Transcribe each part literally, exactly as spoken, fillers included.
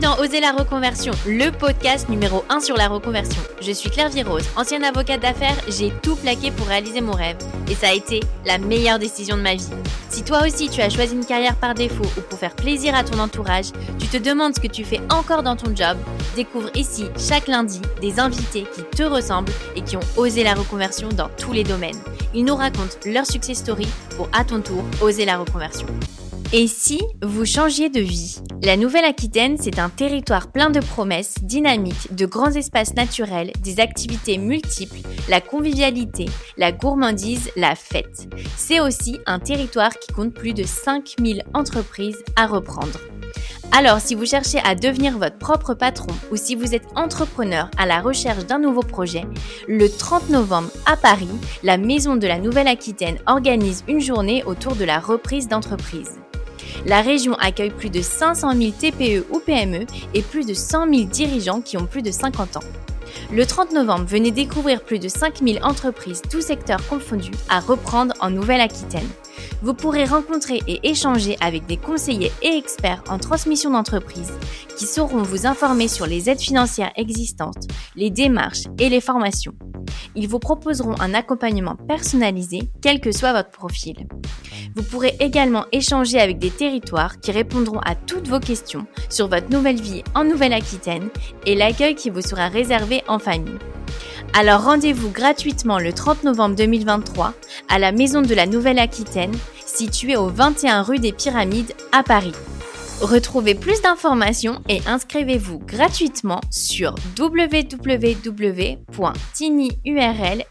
dans Oser la reconversion, le podcast numéro un sur la reconversion. Je suis Claire Virose, ancienne avocate d'affaires, j'ai tout plaqué pour réaliser mon rêve. Et ça a été la meilleure décision de ma vie. Si toi aussi tu as choisi une carrière par défaut ou pour faire plaisir à ton entourage, tu te demandes ce que tu fais encore dans ton job, découvre ici chaque lundi des invités qui te ressemblent et qui ont osé la reconversion dans tous les domaines. Ils nous racontent leur success story pour à ton tour oser la reconversion. Et si vous changiez de vie ? La Nouvelle-Aquitaine, c'est un territoire plein de promesses, dynamique, de grands espaces naturels, des activités multiples, la convivialité, la gourmandise, la fête. C'est aussi un territoire qui compte plus de cinq mille entreprises à reprendre. Alors, si vous cherchez à devenir votre propre patron ou si vous êtes entrepreneur à la recherche d'un nouveau projet, le trente novembre à Paris, la Maison de la Nouvelle-Aquitaine organise une journée autour de la reprise d'entreprise. La région accueille plus de cinq cent mille T P E ou P M E et plus de cent mille dirigeants qui ont plus de cinquante ans. Le trente novembre, venez découvrir plus de cinq mille entreprises, tous secteurs confondus, à reprendre en Nouvelle-Aquitaine. Vous pourrez rencontrer et échanger avec des conseillers et experts en transmission d'entreprise qui sauront vous informer sur les aides financières existantes, les démarches et les formations. Ils vous proposeront un accompagnement personnalisé, quel que soit votre profil. Vous pourrez également échanger avec des territoires qui répondront à toutes vos questions sur votre nouvelle vie en Nouvelle-Aquitaine et l'accueil qui vous sera réservé en famille. Alors rendez-vous gratuitement le trente novembre deux mille vingt-trois à la Maison de la Nouvelle-Aquitaine, située au vingt et un rue des Pyramides à Paris. Retrouvez plus d'informations et inscrivez-vous gratuitement sur w w w point tinyurl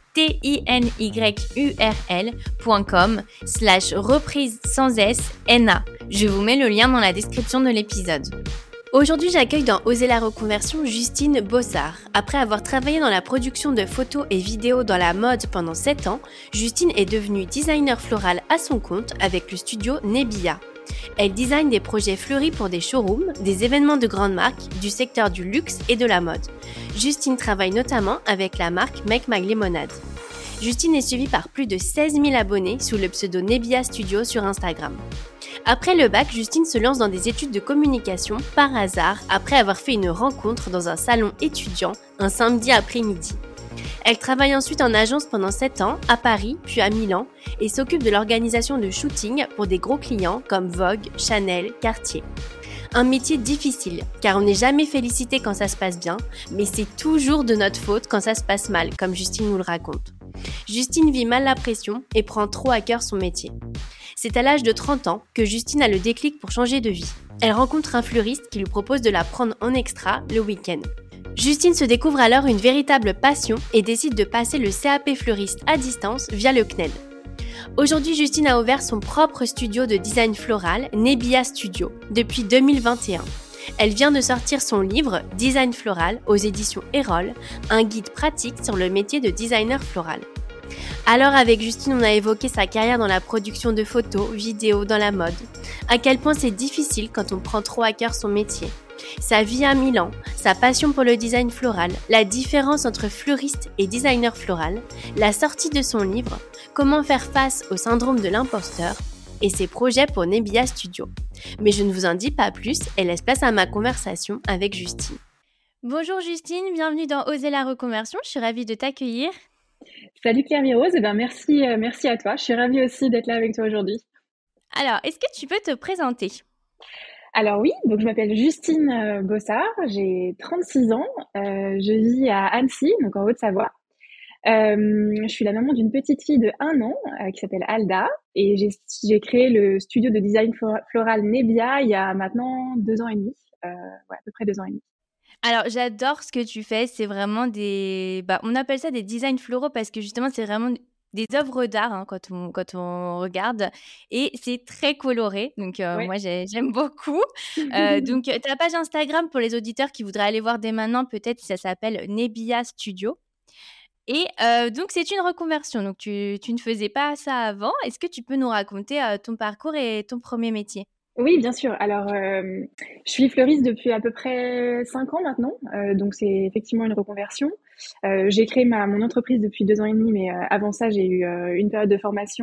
point com slash reprise sans S N A. Je vous mets le lien dans la description de l'épisode. Aujourd'hui, j'accueille dans Oser la reconversion Justine Bossard. Après avoir travaillé dans la production de photos et vidéos dans la mode pendant sept ans, Justine est devenue designer floral à son compte avec le studio Nebia. Elle design des projets fleuris pour des showrooms, des événements de grandes marques, du secteur du luxe et de la mode. Justine travaille notamment avec la marque Make My Lemonade. Justine est suivie par plus de seize mille abonnés sous le pseudo Nebia Studio sur Instagram. Après le bac, Justine se lance dans des études de communication par hasard après avoir fait une rencontre dans un salon étudiant un samedi après-midi. Elle travaille ensuite en agence pendant sept ans, à Paris, puis à Milan, et s'occupe de l'organisation de shootings pour des gros clients comme Vogue, Chanel, Cartier. Un métier difficile, car on n'est jamais félicité quand ça se passe bien, mais c'est toujours de notre faute quand ça se passe mal, comme Justine nous le raconte. Justine vit mal la pression et prend trop à cœur son métier. C'est à l'âge de trente ans que Justine a le déclic pour changer de vie. Elle rencontre un fleuriste qui lui propose de la prendre en extra le week-end. Justine se découvre alors une véritable passion et décide de passer le C A P fleuriste à distance via le C N E L. Aujourd'hui, Justine a ouvert son propre studio de design floral, Nebia Studio, depuis deux mille vingt et un. Elle vient de sortir son livre « Design floral » aux éditions Erol, un guide pratique sur le métier de designer floral. Alors avec Justine, on a évoqué sa carrière dans la production de photos, vidéos, dans la mode, à quel point c'est difficile quand on prend trop à cœur son métier, sa vie à Milan, sa passion pour le design floral, la différence entre fleuriste et designer floral, la sortie de son livre, comment faire face au syndrome de l'imposteur et ses projets pour Nebia Studio. Mais je ne vous en dis pas plus et laisse place à ma conversation avec Justine. Bonjour Justine, bienvenue dans Oser la reconversion, je suis ravie de t'accueillir. Salut Claire Virose, eh ben merci, euh, merci à toi. Je suis ravie aussi d'être là avec toi aujourd'hui. Alors, est-ce que tu peux te présenter ? Alors oui, donc je m'appelle Justine euh, Bossard, j'ai trente-six ans, euh, je vis à Annecy, donc en Haute-Savoie. Euh, je suis la maman d'une petite fille de un an euh, qui s'appelle Alda et j'ai, j'ai créé le studio de design floral Nebia il y a maintenant deux ans et demi, euh, ouais, à peu près deux ans et demi. Alors, j'adore ce que tu fais. C'est vraiment des... Bah, on appelle ça des designs floraux parce que justement, c'est vraiment des œuvres d'art hein, quand, on, quand on regarde. Et c'est très coloré. Donc, euh, Ouais. moi, j'ai, j'aime beaucoup. Euh, donc, ta page Instagram pour les auditeurs qui voudraient aller voir dès maintenant, peut-être, ça s'appelle Nebia Studio. Et euh, donc, c'est une reconversion. Donc, tu, tu ne faisais pas ça avant. Est-ce que tu peux nous raconter euh, ton parcours et ton premier métier ? Oui, bien sûr. Alors, euh, je suis fleuriste depuis à peu près cinq ans maintenant, euh, donc c'est effectivement une reconversion. Euh, j'ai créé ma mon entreprise depuis deux ans et demi, mais euh, avant ça, j'ai eu euh, une période de formation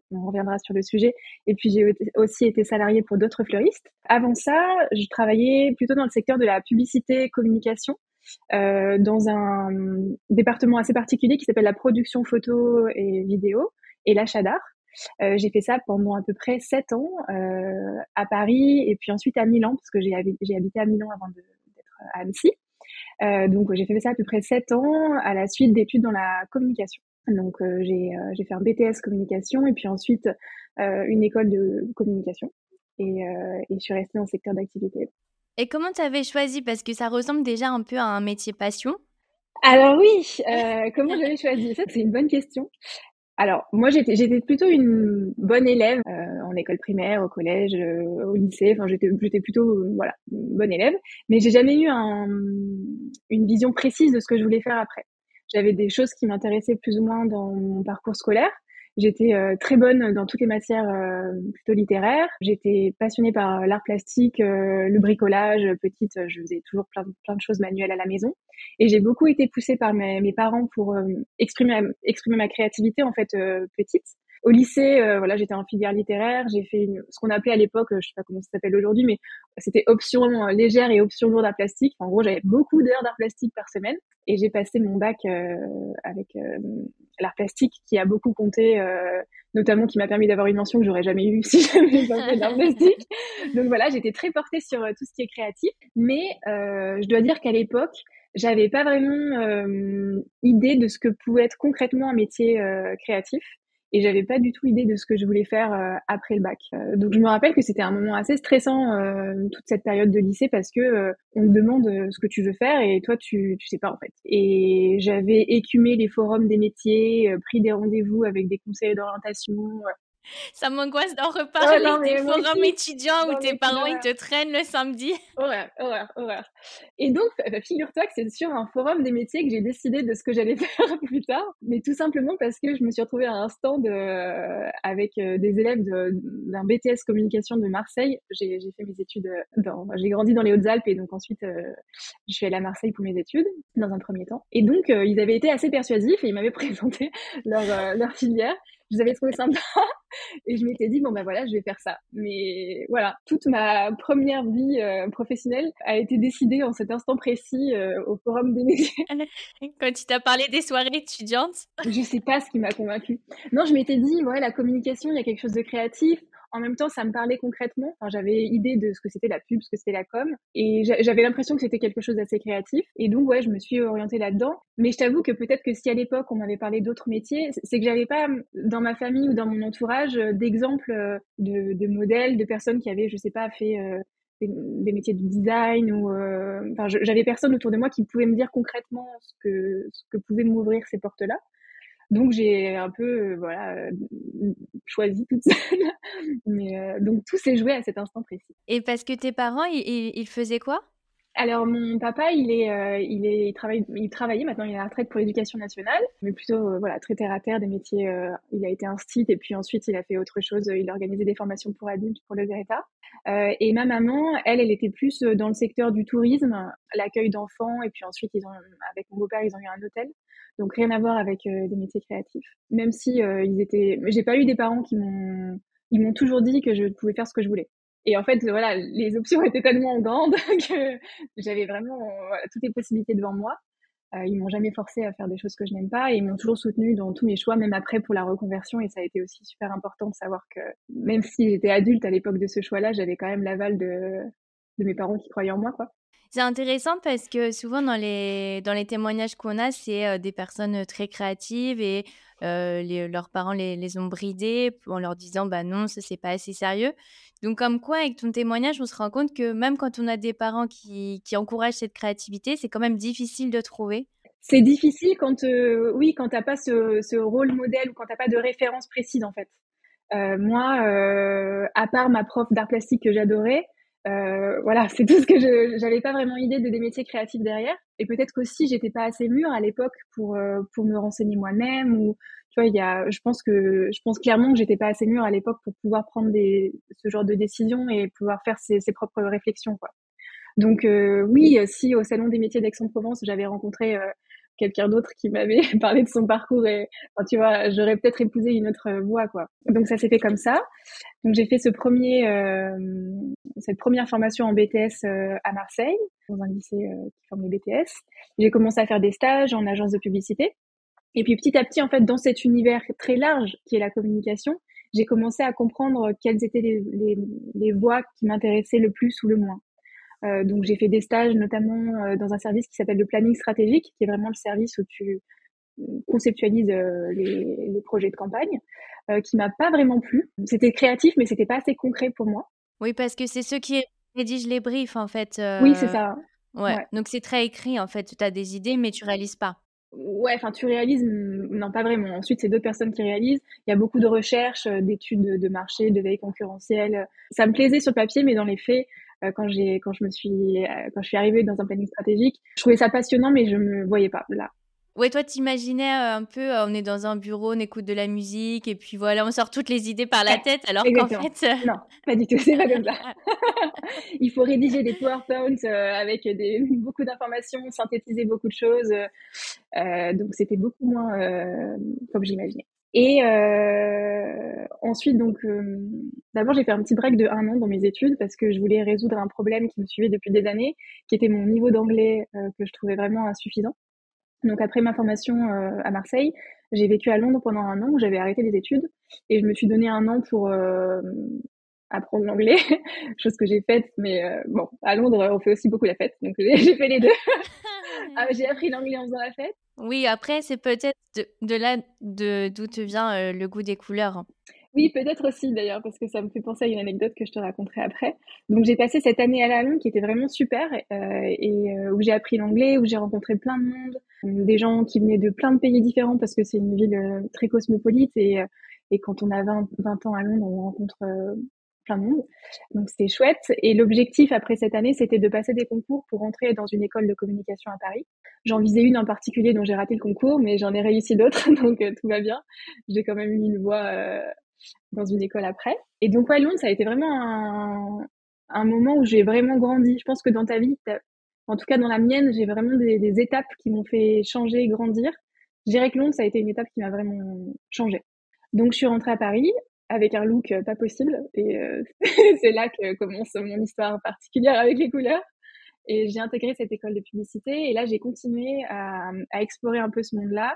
on reviendra sur le sujet. Et puis, j'ai aussi été salariée pour d'autres fleuristes. Avant ça, je travaillais plutôt dans le secteur de la publicité communication, euh, dans un département assez particulier qui s'appelle la production photo et vidéo et l'achat d'art. Euh, j'ai fait ça pendant à peu près sept ans euh, à Paris et puis ensuite à Milan, parce que j'ai, habi- j'ai habité à Milan avant de, d'être à Annecy. Euh, donc j'ai fait ça à peu près sept ans à la suite d'études dans la communication. Donc euh, j'ai, euh, j'ai fait un B T S communication et puis ensuite euh, une école de communication et, euh, et je suis restée dans le secteur d'activité. Et comment tu avais choisi? Parce que ça ressemble déjà un peu à un métier passion. Alors oui, euh, comment j'avais choisi? Ça, c'est une bonne question. Alors, moi, j'étais, j'étais plutôt une bonne élève euh, en école primaire, au collège, euh, au lycée. Enfin, j'étais, j'étais plutôt, euh, voilà, une bonne élève. Mais j'ai jamais eu un, une vision précise de ce que je voulais faire après. J'avais des choses qui m'intéressaient plus ou moins dans mon parcours scolaire. J'étais euh, très bonne dans toutes les matières euh, plutôt littéraires. J'étais passionnée par l'art plastique, euh, le bricolage. Petite, je faisais toujours plein, plein de choses manuelles à la maison. Et j'ai beaucoup été poussée par mes, mes parents pour euh, exprimer, exprimer ma créativité en fait euh, petite. Au lycée, euh, voilà, j'étais en filière littéraire. J'ai fait une, ce qu'on appelait à l'époque, euh, je sais pas comment ça s'appelle aujourd'hui, mais c'était option euh, légère et option lourde d'art plastique. En gros, j'avais beaucoup d'heures d'art plastique par semaine. Et j'ai passé mon bac euh, avec euh, l'art plastique qui a beaucoup compté, euh, notamment qui m'a permis d'avoir une mention que j'aurais jamais eue si j'avais pas fait d'art plastique. Donc voilà, j'étais très portée sur euh, tout ce qui est créatif. Mais euh, je dois dire qu'à l'époque, j'avais pas vraiment euh, idée de ce que pouvait être concrètement un métier euh, créatif. Et j'avais pas du tout idée de ce que je voulais faire euh, après le bac. Euh, donc je me rappelle que c'était un moment assez stressant euh, toute cette période de lycée parce que euh, on te demande euh, ce que tu veux faire et toi tu tu sais pas en fait. Et j'avais écumé les forums des métiers, euh, pris des rendez-vous avec des conseillers d'orientation. Ça m'angoisse d'en Oh reparler, non des mais moi forums aussi. étudiants où Non tes mais quelle parents ils horreur. te traînent le samedi. Horreur, horreur, horreur. Et donc, bah, figure-toi que c'est sur un forum des métiers que j'ai décidé de ce que j'allais faire plus tard, mais tout simplement parce que je me suis retrouvée à un stand euh, avec euh, des élèves de, d'un B T S communication de Marseille. J'ai, j'ai fait mes études euh, dans, j'ai grandi dans les Hautes-Alpes et donc ensuite euh, je suis allée à Marseille pour mes études dans un premier temps. Et donc euh, ils avaient été assez persuasifs et ils m'avaient présenté leur euh, leur filière. Je les avais trouvés sympas. Et je m'étais dit, bon, ben voilà, je vais faire ça. Mais voilà, toute ma première vie euh, professionnelle a été décidée en cet instant précis euh, au Forum des métiers. Quand tu t'as parlé des soirées étudiantes. Je sais pas ce qui m'a convaincue. Non, je m'étais dit, ouais, la communication, il y a quelque chose de créatif. En même temps, ça me parlait concrètement. Enfin, j'avais idée de ce que c'était la pub, ce que c'était la com. Et j'avais l'impression que c'était quelque chose d'assez créatif. Et donc, ouais, je me suis orientée là-dedans. Mais je t'avoue que peut-être que si à l'époque, on m'avait parlé d'autres métiers, c'est que j'avais pas, dans ma famille ou dans mon entourage, d'exemples de, de modèles, de personnes qui avaient, je sais pas, fait euh, des, des métiers de design ou, euh, enfin, j'avais personne autour de moi qui pouvait me dire concrètement ce que, ce que pouvaient m'ouvrir ces portes-là. Donc j'ai un peu euh, voilà euh, choisi toute seule. Mais euh, donc tout s'est joué à cet instant précis. Et parce que tes parents, ils, ils, ils faisaient quoi? Alors mon papa, il est, euh, il est, il travaille, il travaillait maintenant, il est à la retraite pour l'éducation nationale, mais plutôt euh, voilà très terre à terre, des métiers. Euh, il a été instit et puis ensuite il a fait autre chose. Il a organisé des formations pour adultes pour le Greta. Euh, et ma maman, elle, elle était plus dans le secteur du tourisme, l'accueil d'enfants et puis ensuite ils ont, avec mon beau-père, ils ont eu un hôtel. Donc rien à voir avec euh, des métiers créatifs. Même si euh, ils étaient, j'ai pas eu des parents qui m'ont, ils m'ont toujours dit que je pouvais faire ce que je voulais. Et en fait, voilà, les options étaient tellement grandes que j'avais vraiment voilà, toutes les possibilités devant moi. Euh, ils m'ont jamais forcé à faire des choses que je n'aime pas et ils m'ont toujours soutenue dans tous mes choix, même après pour la reconversion. Et ça a été aussi super important de savoir que même si j'étais adulte à l'époque de ce choix-là, j'avais quand même l'aval de, de mes parents qui croyaient en moi, quoi. C'est intéressant parce que souvent dans les, dans les témoignages qu'on a, c'est euh, des personnes très créatives et euh, les, leurs parents les, les ont bridées en leur disant bah non, ça c'est pas assez sérieux. Donc comme quoi, avec ton témoignage, on se rend compte que même quand on a des parents qui, qui encouragent cette créativité, c'est quand même difficile de trouver. C'est difficile quand, euh, oui, quand t'as pas ce, ce rôle modèle ou quand t'as pas de référence précise en fait. Euh, moi, euh, à part ma prof d'art plastique que j'adorais, euh, voilà, c'est tout ce que je, j'avais pas vraiment idée de des métiers créatifs derrière. Et peut-être qu'aussi j'étais pas assez mûre à l'époque pour euh, pour me renseigner moi-même ou tu vois, il y a, je pense que je pense clairement que j'étais pas assez mûre à l'époque pour pouvoir prendre des ce genre de décisions et pouvoir faire ses, ses propres réflexions quoi. Donc euh, oui, si au salon des métiers d'Aix-en-Provence j'avais rencontré euh, quelqu'un d'autre qui m'avait parlé de son parcours et, enfin, tu vois, j'aurais peut-être épousé une autre voie, quoi. Donc ça s'est fait comme ça. Donc j'ai fait ce premier, euh, cette première formation en B T S euh, à Marseille, dans un lycée euh, qui forme les B T S. J'ai commencé à faire des stages en agence de publicité. Et puis petit à petit, en fait, dans cet univers très large qui est la communication, j'ai commencé à comprendre quelles étaient les, les, les voies qui m'intéressaient le plus ou le moins. Euh, donc j'ai fait des stages notamment euh, dans un service qui s'appelle le planning stratégique, qui est vraiment le service où tu conceptualises euh, les, les projets de campagne, euh, qui m'a pas vraiment plu. C'était créatif, mais c'était pas assez concret pour moi. Oui, parce que c'est ceux qui rédigent les briefs, en fait. Oui, c'est euh, ça. Ouais, Ouais. donc c'est très écrit, en fait. Tu as des idées, mais tu réalises pas. Ouais, enfin, tu réalises, non, pas vraiment. Ensuite, c'est d'autres personnes qui réalisent. Il y a beaucoup de recherches, euh, d'études de, de marché, de veille concurrentielle. Ça me plaisait sur le papier, mais dans les faits, euh, quand j'ai, quand je me suis, euh, quand je suis arrivée dans un planning stratégique, je trouvais ça passionnant, mais je me voyais pas là. Ouais, toi, t'imaginais euh, un peu, euh, on est dans un bureau, on écoute de la musique, et puis voilà, on sort toutes les idées par la Ouais, tête, alors qu'en exactement. fait... Non, pas du tout, c'est pas comme ça. Il faut rédiger des PowerPoints euh, avec des, beaucoup d'informations, synthétiser beaucoup de choses. Euh, donc, c'était beaucoup moins euh, comme j'imaginais. Et euh, ensuite, donc, euh, d'abord, j'ai fait un petit break de un an dans mes études parce que je voulais résoudre un problème qui me suivait depuis des années, qui était mon niveau d'anglais euh, que je trouvais vraiment insuffisant. Donc, après ma formation euh, à Marseille, j'ai vécu à Londres pendant un an où j'avais arrêté les études et je me suis donné un an pour euh, apprendre l'anglais, chose que j'ai faite, mais euh, bon, à Londres, on fait aussi beaucoup la fête, donc j'ai, j'ai fait les deux. Ah, j'ai appris l'anglais en faisant la fête. Oui, après, c'est peut-être de, de là de, d'où te vient euh, le goût des couleurs. Oui, peut-être aussi d'ailleurs, parce que ça me fait penser à une anecdote que je te raconterai après. Donc j'ai passé cette année à la Londres qui était vraiment super euh, et euh, où j'ai appris l'anglais, où j'ai rencontré plein de monde, euh, des gens qui venaient de plein de pays différents parce que c'est une ville euh, très cosmopolite et, euh, et quand on a vingt, vingt ans à Londres, on rencontre euh, plein de monde. Donc c'était chouette. Et l'objectif après cette année, c'était de passer des concours pour entrer dans une école de communication à Paris. J'en visais une en particulier dont j'ai raté le concours, mais j'en ai réussi d'autres, donc euh, tout va bien. J'ai quand même eu une voie euh, dans une école après. Et donc, ouais, Londres, ça a été vraiment un, un moment où j'ai vraiment grandi. Je pense que dans ta vie, en tout cas dans la mienne, j'ai vraiment des, des étapes qui m'ont fait changer, grandir. Je dirais que Londres, ça a été une étape qui m'a vraiment changé. Donc, je suis rentrée à Paris avec un look pas possible. Et euh, c'est là que commence mon histoire particulière avec les couleurs. Et j'ai intégré cette école de publicité. Et là, j'ai continué à, à explorer un peu ce monde-là.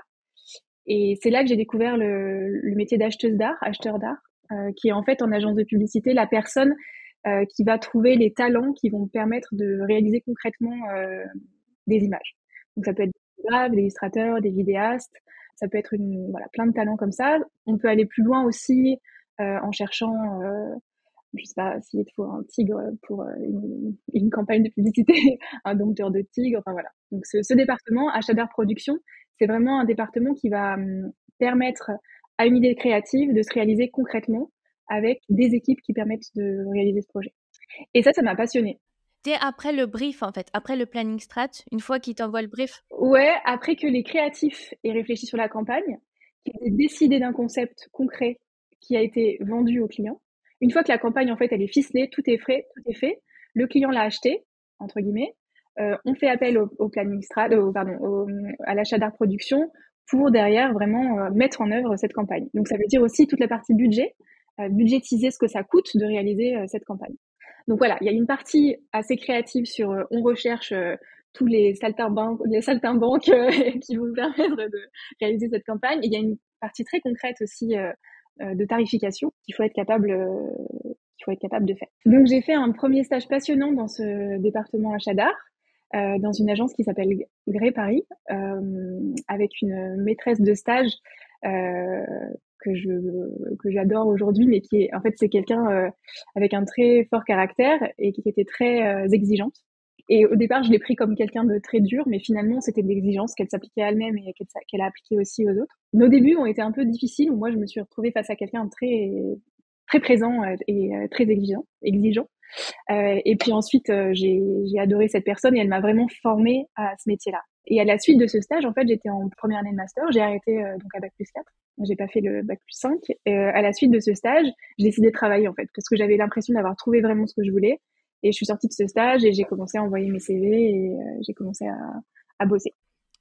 Et c'est là que j'ai découvert le, le métier d'acheteuse d'art, acheteur d'art, euh, qui est en fait en agence de publicité la personne euh, qui va trouver les talents qui vont permettre de réaliser concrètement euh, des images. Donc ça peut être des photographes, des illustrateurs, des vidéastes, ça peut être une, voilà, plein de talents comme ça. On peut aller plus loin aussi euh, en cherchant, euh, je sais pas, s'il te faut un tigre pour euh, une, une campagne de publicité, un dompteur de tigre, enfin voilà. Donc ce, ce département, achat d'art production, c'est vraiment un département qui va hum, permettre à une idée créative de se réaliser concrètement avec des équipes qui permettent de réaliser ce projet. Et ça, ça m'a passionnée. T'es après le brief, en fait, après le planning strat, une fois qu'ils t'envoient le brief. Ouais, après que les créatifs aient réfléchi sur la campagne, qu'ils aient décidé d'un concept concret qui a été vendu au client, une fois que la campagne, en fait, elle est ficelée, tout est fait, tout est fait, le client l'a acheté, entre guillemets, euh, on fait appel au, au planning strat, au, pardon, au, à l'achat d'art production pour derrière vraiment euh, mettre en œuvre cette campagne. Donc ça veut dire aussi toute la partie budget, euh, budgétiser ce que ça coûte de réaliser euh, cette campagne. Donc voilà, il y a une partie assez créative sur euh, on recherche euh, tous les saltimbanques, les saltimbanques euh, qui vont permettre de réaliser cette campagne. Et il y a une partie très concrète aussi euh, euh, de tarification qu'il faut être capable euh, qu'il faut être capable de faire. Donc j'ai fait un premier stage passionnant dans ce département achat d'art, euh, dans une agence qui s'appelle Grey Paris, euh, avec une maîtresse de stage euh, que je que j'adore aujourd'hui, mais qui est en fait c'est quelqu'un euh, avec un très fort caractère et qui était très euh, exigeante. Et au départ, je l'ai pris comme quelqu'un de très dur, mais finalement, c'était de l'exigence qu'elle s'appliquait à elle-même et qu'elle, qu'elle a appliqué aussi aux autres. Nos débuts ont été un peu difficiles, où moi, je me suis retrouvée face à quelqu'un de très très présent et très exigeant. exigeant. Euh, et puis ensuite, euh, j'ai, j'ai adoré cette personne et elle m'a vraiment formée à ce métier-là. Et à la suite de ce stage, en fait, j'étais en première année de master, j'ai arrêté euh, donc à bac plus quatre. J'ai pas fait le bac plus cinq. Et, euh, à la suite de ce stage, j'ai décidé de travailler en fait, parce que j'avais l'impression d'avoir trouvé vraiment ce que je voulais. Et je suis sortie de ce stage et j'ai commencé à envoyer mes C V et euh, j'ai commencé à, à bosser.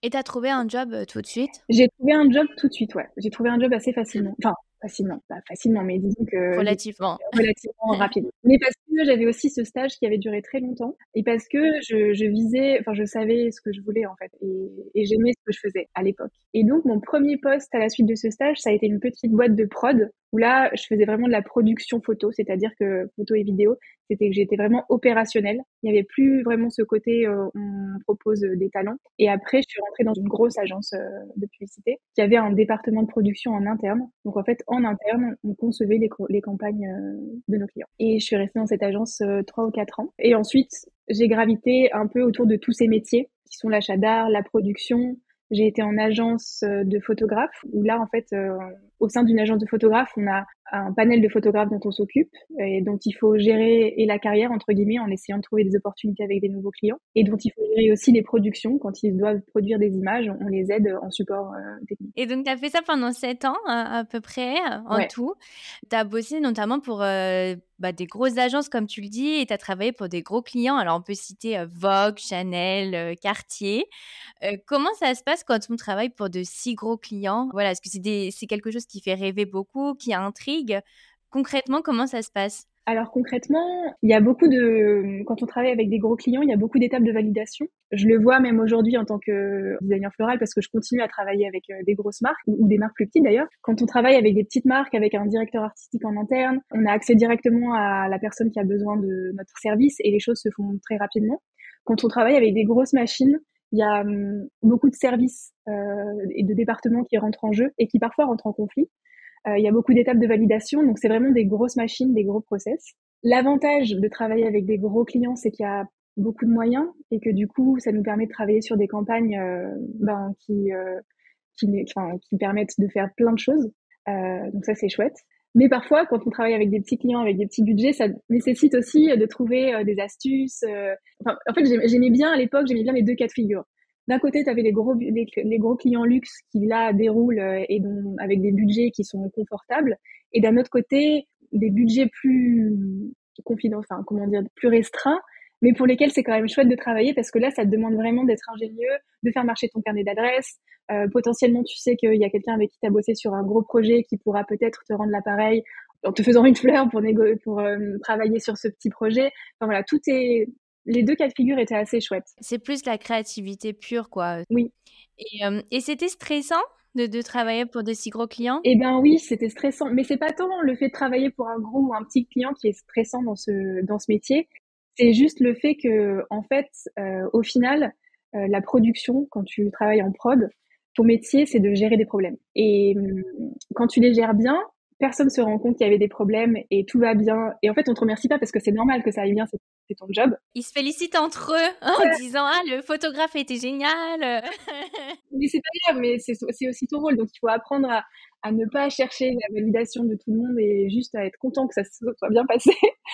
Et t'as trouvé un job euh, tout de suite? J'ai trouvé un job tout de suite, ouais. J'ai trouvé un job assez facilement. Enfin, facilement, pas facilement, mais disons que j'ai Relativement. relativement rapide. Mais parce que j'avais aussi ce stage qui avait duré très longtemps et parce que je, je visais, enfin, je savais ce que je voulais en fait et, et j'aimais ce que je faisais à l'époque. Et donc, mon premier poste à la suite de ce stage, ça a été une petite boîte de prod où là, je faisais vraiment de la production photo, c'est-à-dire que photo et vidéo, c'était que j'étais vraiment opérationnelle. Il n'y avait plus vraiment ce côté euh, on propose des talents. Et après, je suis rentrée dans une grosse agence euh, de publicité qui avait un département de production en interne. Donc en fait, en interne, on concevait les, les campagnes euh, de nos clients. Et je suis restée dans cette agence euh, trois ou quatre ans. Et ensuite, j'ai gravité un peu autour de tous ces métiers qui sont l'achat d'art, la production. J'ai été en agence de photographe où là, en fait, euh, au sein d'une agence de photographe, on a un panel de photographes dont on s'occupe et dont il faut gérer et la carrière, entre guillemets, en essayant de trouver des opportunités avec des nouveaux clients et dont il faut gérer aussi les productions. Quand ils doivent produire des images, on les aide en support euh, technique. Et donc, tu as fait ça pendant sept ans à, à peu près en Ouais. tout. Tu as bossé notamment pour euh, bah, des grosses agences, comme tu le dis, et tu as travaillé pour des gros clients. Alors, on peut citer euh, Vogue, Chanel, euh, Cartier. Euh, comment ça se passe quand on travaille pour de si gros clients? Voilà, est-ce que c'est, des, c'est quelque chose qui fait rêver beaucoup, qui intrigue? Concrètement, comment ça se passe? Alors concrètement, il y a beaucoup de, quand on travaille avec des gros clients, il y a beaucoup d'étapes de validation. Je le vois même aujourd'hui en tant que designer floral parce que je continue à travailler avec des grosses marques ou des marques plus petites d'ailleurs. Quand on travaille avec des petites marques, avec un directeur artistique en interne, on a accès directement à la personne qui a besoin de notre service et les choses se font très rapidement. Quand on travaille avec des grosses machines, il y a hum, beaucoup de services euh, et de départements qui rentrent en jeu et qui parfois rentrent en conflit. Euh, il y a beaucoup d'étapes de validation, donc c'est vraiment des grosses machines, des gros process. L'avantage de travailler avec des gros clients, c'est qu'il y a beaucoup de moyens et que du coup, ça nous permet de travailler sur des campagnes euh, ben, qui, euh, qui, enfin, qui permettent de faire plein de choses. Euh, donc ça, c'est chouette. Mais parfois, quand on travaille avec des petits clients, avec des petits budgets, ça nécessite aussi de trouver euh, des astuces. Euh... Enfin, en fait, j'aimais bien à l'époque, j'aimais bien les deux cas de figure. D'un côté, tu avais les gros, les, les gros clients luxe qui, là, déroulent euh, et dont, avec des budgets qui sont confortables. Et d'un autre côté, des budgets plus confidents, enfin, comment dire, plus restreints, mais pour lesquels c'est quand même chouette de travailler parce que là, ça te demande vraiment d'être ingénieux, de faire marcher ton carnet d'adresses. Euh, potentiellement, tu sais qu'il y a quelqu'un avec qui tu as bossé sur un gros projet qui pourra peut-être te rendre l'appareil en te faisant une fleur pour, négo- pour euh, travailler sur ce petit projet. Enfin voilà, tout est... Les deux cas de figure étaient assez chouettes. C'est plus la créativité pure, quoi. Oui. Et, euh, et c'était stressant de, de travailler pour de si gros clients? Eh ben oui, c'était stressant. Mais c'est pas tant le fait de travailler pour un gros ou un petit client qui est stressant dans ce, dans ce métier. C'est juste le fait que, en fait, euh, au final, euh, la production, quand tu travailles en prod, ton métier, c'est de gérer des problèmes. Et hum, quand tu les gères bien, personne se rend compte qu'il y avait des problèmes et tout va bien. Et en fait, on te remercie pas parce que c'est normal que ça aille bien, c'est c'est ton job. Ils se félicitent entre eux en disant ah le photographe était génial. Mais c'est pas grave, mais c'est c'est aussi ton rôle. Donc il faut apprendre à, à ne pas chercher la validation de tout le monde et juste à être content que ça se soit bien passé.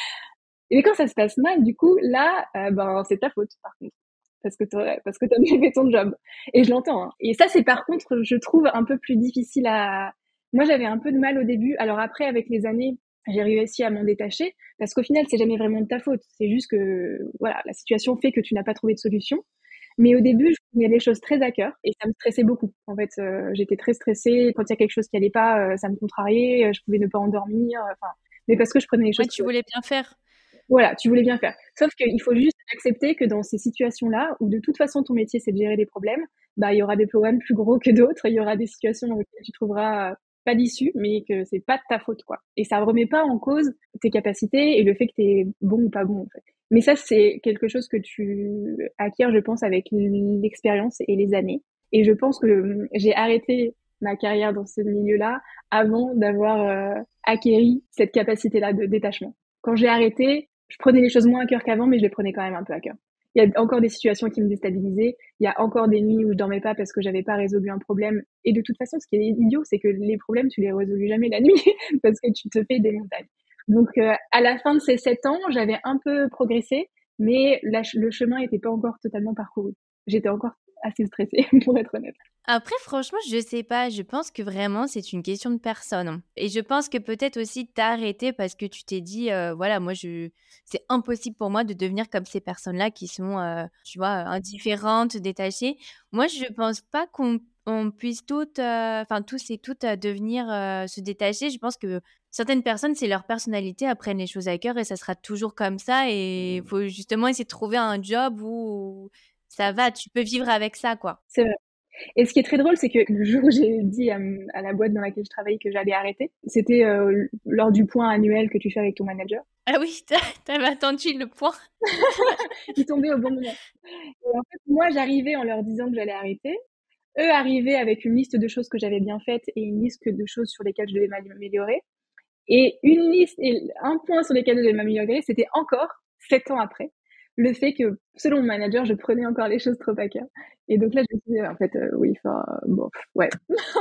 Et quand ça se passe mal, du coup, là, euh, ben c'est ta faute par contre. Parce que t'as, parce que t'as bien fait ton job. Et je l'entends. Hein. Et ça, c'est par contre, je trouve un peu plus difficile à. Moi, j'avais un peu de mal au début. Alors après, avec les années, j'ai réussi à m'en détacher parce qu'au final, c'est jamais vraiment de ta faute. C'est juste que, voilà, la situation fait que tu n'as pas trouvé de solution. Mais au début, je prenais les choses très à cœur et ça me stressait beaucoup. En fait, euh, j'étais très stressée. Quand il y a quelque chose qui allait pas, euh, ça me contrariait. Je pouvais ne pas endormir. Enfin, mais parce que je prenais les Ouais, choses. tu voulais bien faire. Voilà, tu voulais bien faire. Sauf qu'il faut juste accepter que dans ces situations-là, où de toute façon ton métier c'est de gérer des problèmes, bah il y aura des problèmes plus gros que d'autres. Il y aura des situations dans lesquelles tu trouveras pas d'issue, mais que c'est pas de ta faute, quoi. Et ça remet pas en cause tes capacités et le fait que t'es bon ou pas bon, en fait. Mais ça, c'est quelque chose que tu acquiers, je pense, avec l'expérience et les années. Et je pense que j'ai arrêté ma carrière dans ce milieu-là avant d'avoir euh, acquéri cette capacité-là de détachement. Quand j'ai arrêté, je prenais les choses moins à cœur qu'avant, mais je les prenais quand même un peu à cœur. Il y a encore des situations qui me déstabilisaient. Il y a encore des nuits où je dormais pas parce que j'avais pas résolu un problème. Et de toute façon, ce qui est idiot, c'est que les problèmes, tu les résous jamais la nuit parce que tu te fais des montagnes. Donc, euh, à la fin de ces sept ans, j'avais un peu progressé, mais la, le chemin était pas encore totalement parcouru. J'étais encore assez stressée, pour être honnête. Après, franchement, je sais pas. Je pense que vraiment, c'est une question de personne. Et je pense que peut-être aussi tu as arrêté parce que tu t'es dit, heu, voilà, moi je c'est impossible pour moi de devenir comme ces personnes-là qui sont, heu, tu vois, indifférentes, détachées. Moi, je pense pas qu'on on puisse toutes, heu, enfin tous et toutes, heu, devenir, heu, se détacher. Je pense que certaines personnes, c'est leur personnalité, elles prennent les choses à cœur et ça sera toujours comme ça et il faut justement essayer de trouver un job où ça va, tu peux vivre avec ça, quoi. C'est vrai. Et ce qui est très drôle, c'est que le jour où j'ai dit à, m- à la boîte dans laquelle je travaillais que j'allais arrêter, c'était euh, lors du point annuel que tu fais avec ton manager. Ah oui, tu avais attendu le point. Il tombait au bon moment. Et en fait, moi, j'arrivais en leur disant que j'allais arrêter. Eux arrivaient avec une liste de choses que j'avais bien faites et une liste de choses sur lesquelles je devais m'améliorer. Et une liste et un point sur lesquels je devais m'améliorer, c'était encore, sept ans après, le fait que, selon mon manager, je prenais encore les choses trop à cœur. Et donc là, je me suis dit, en fait, euh, oui, enfin, bon, ouais.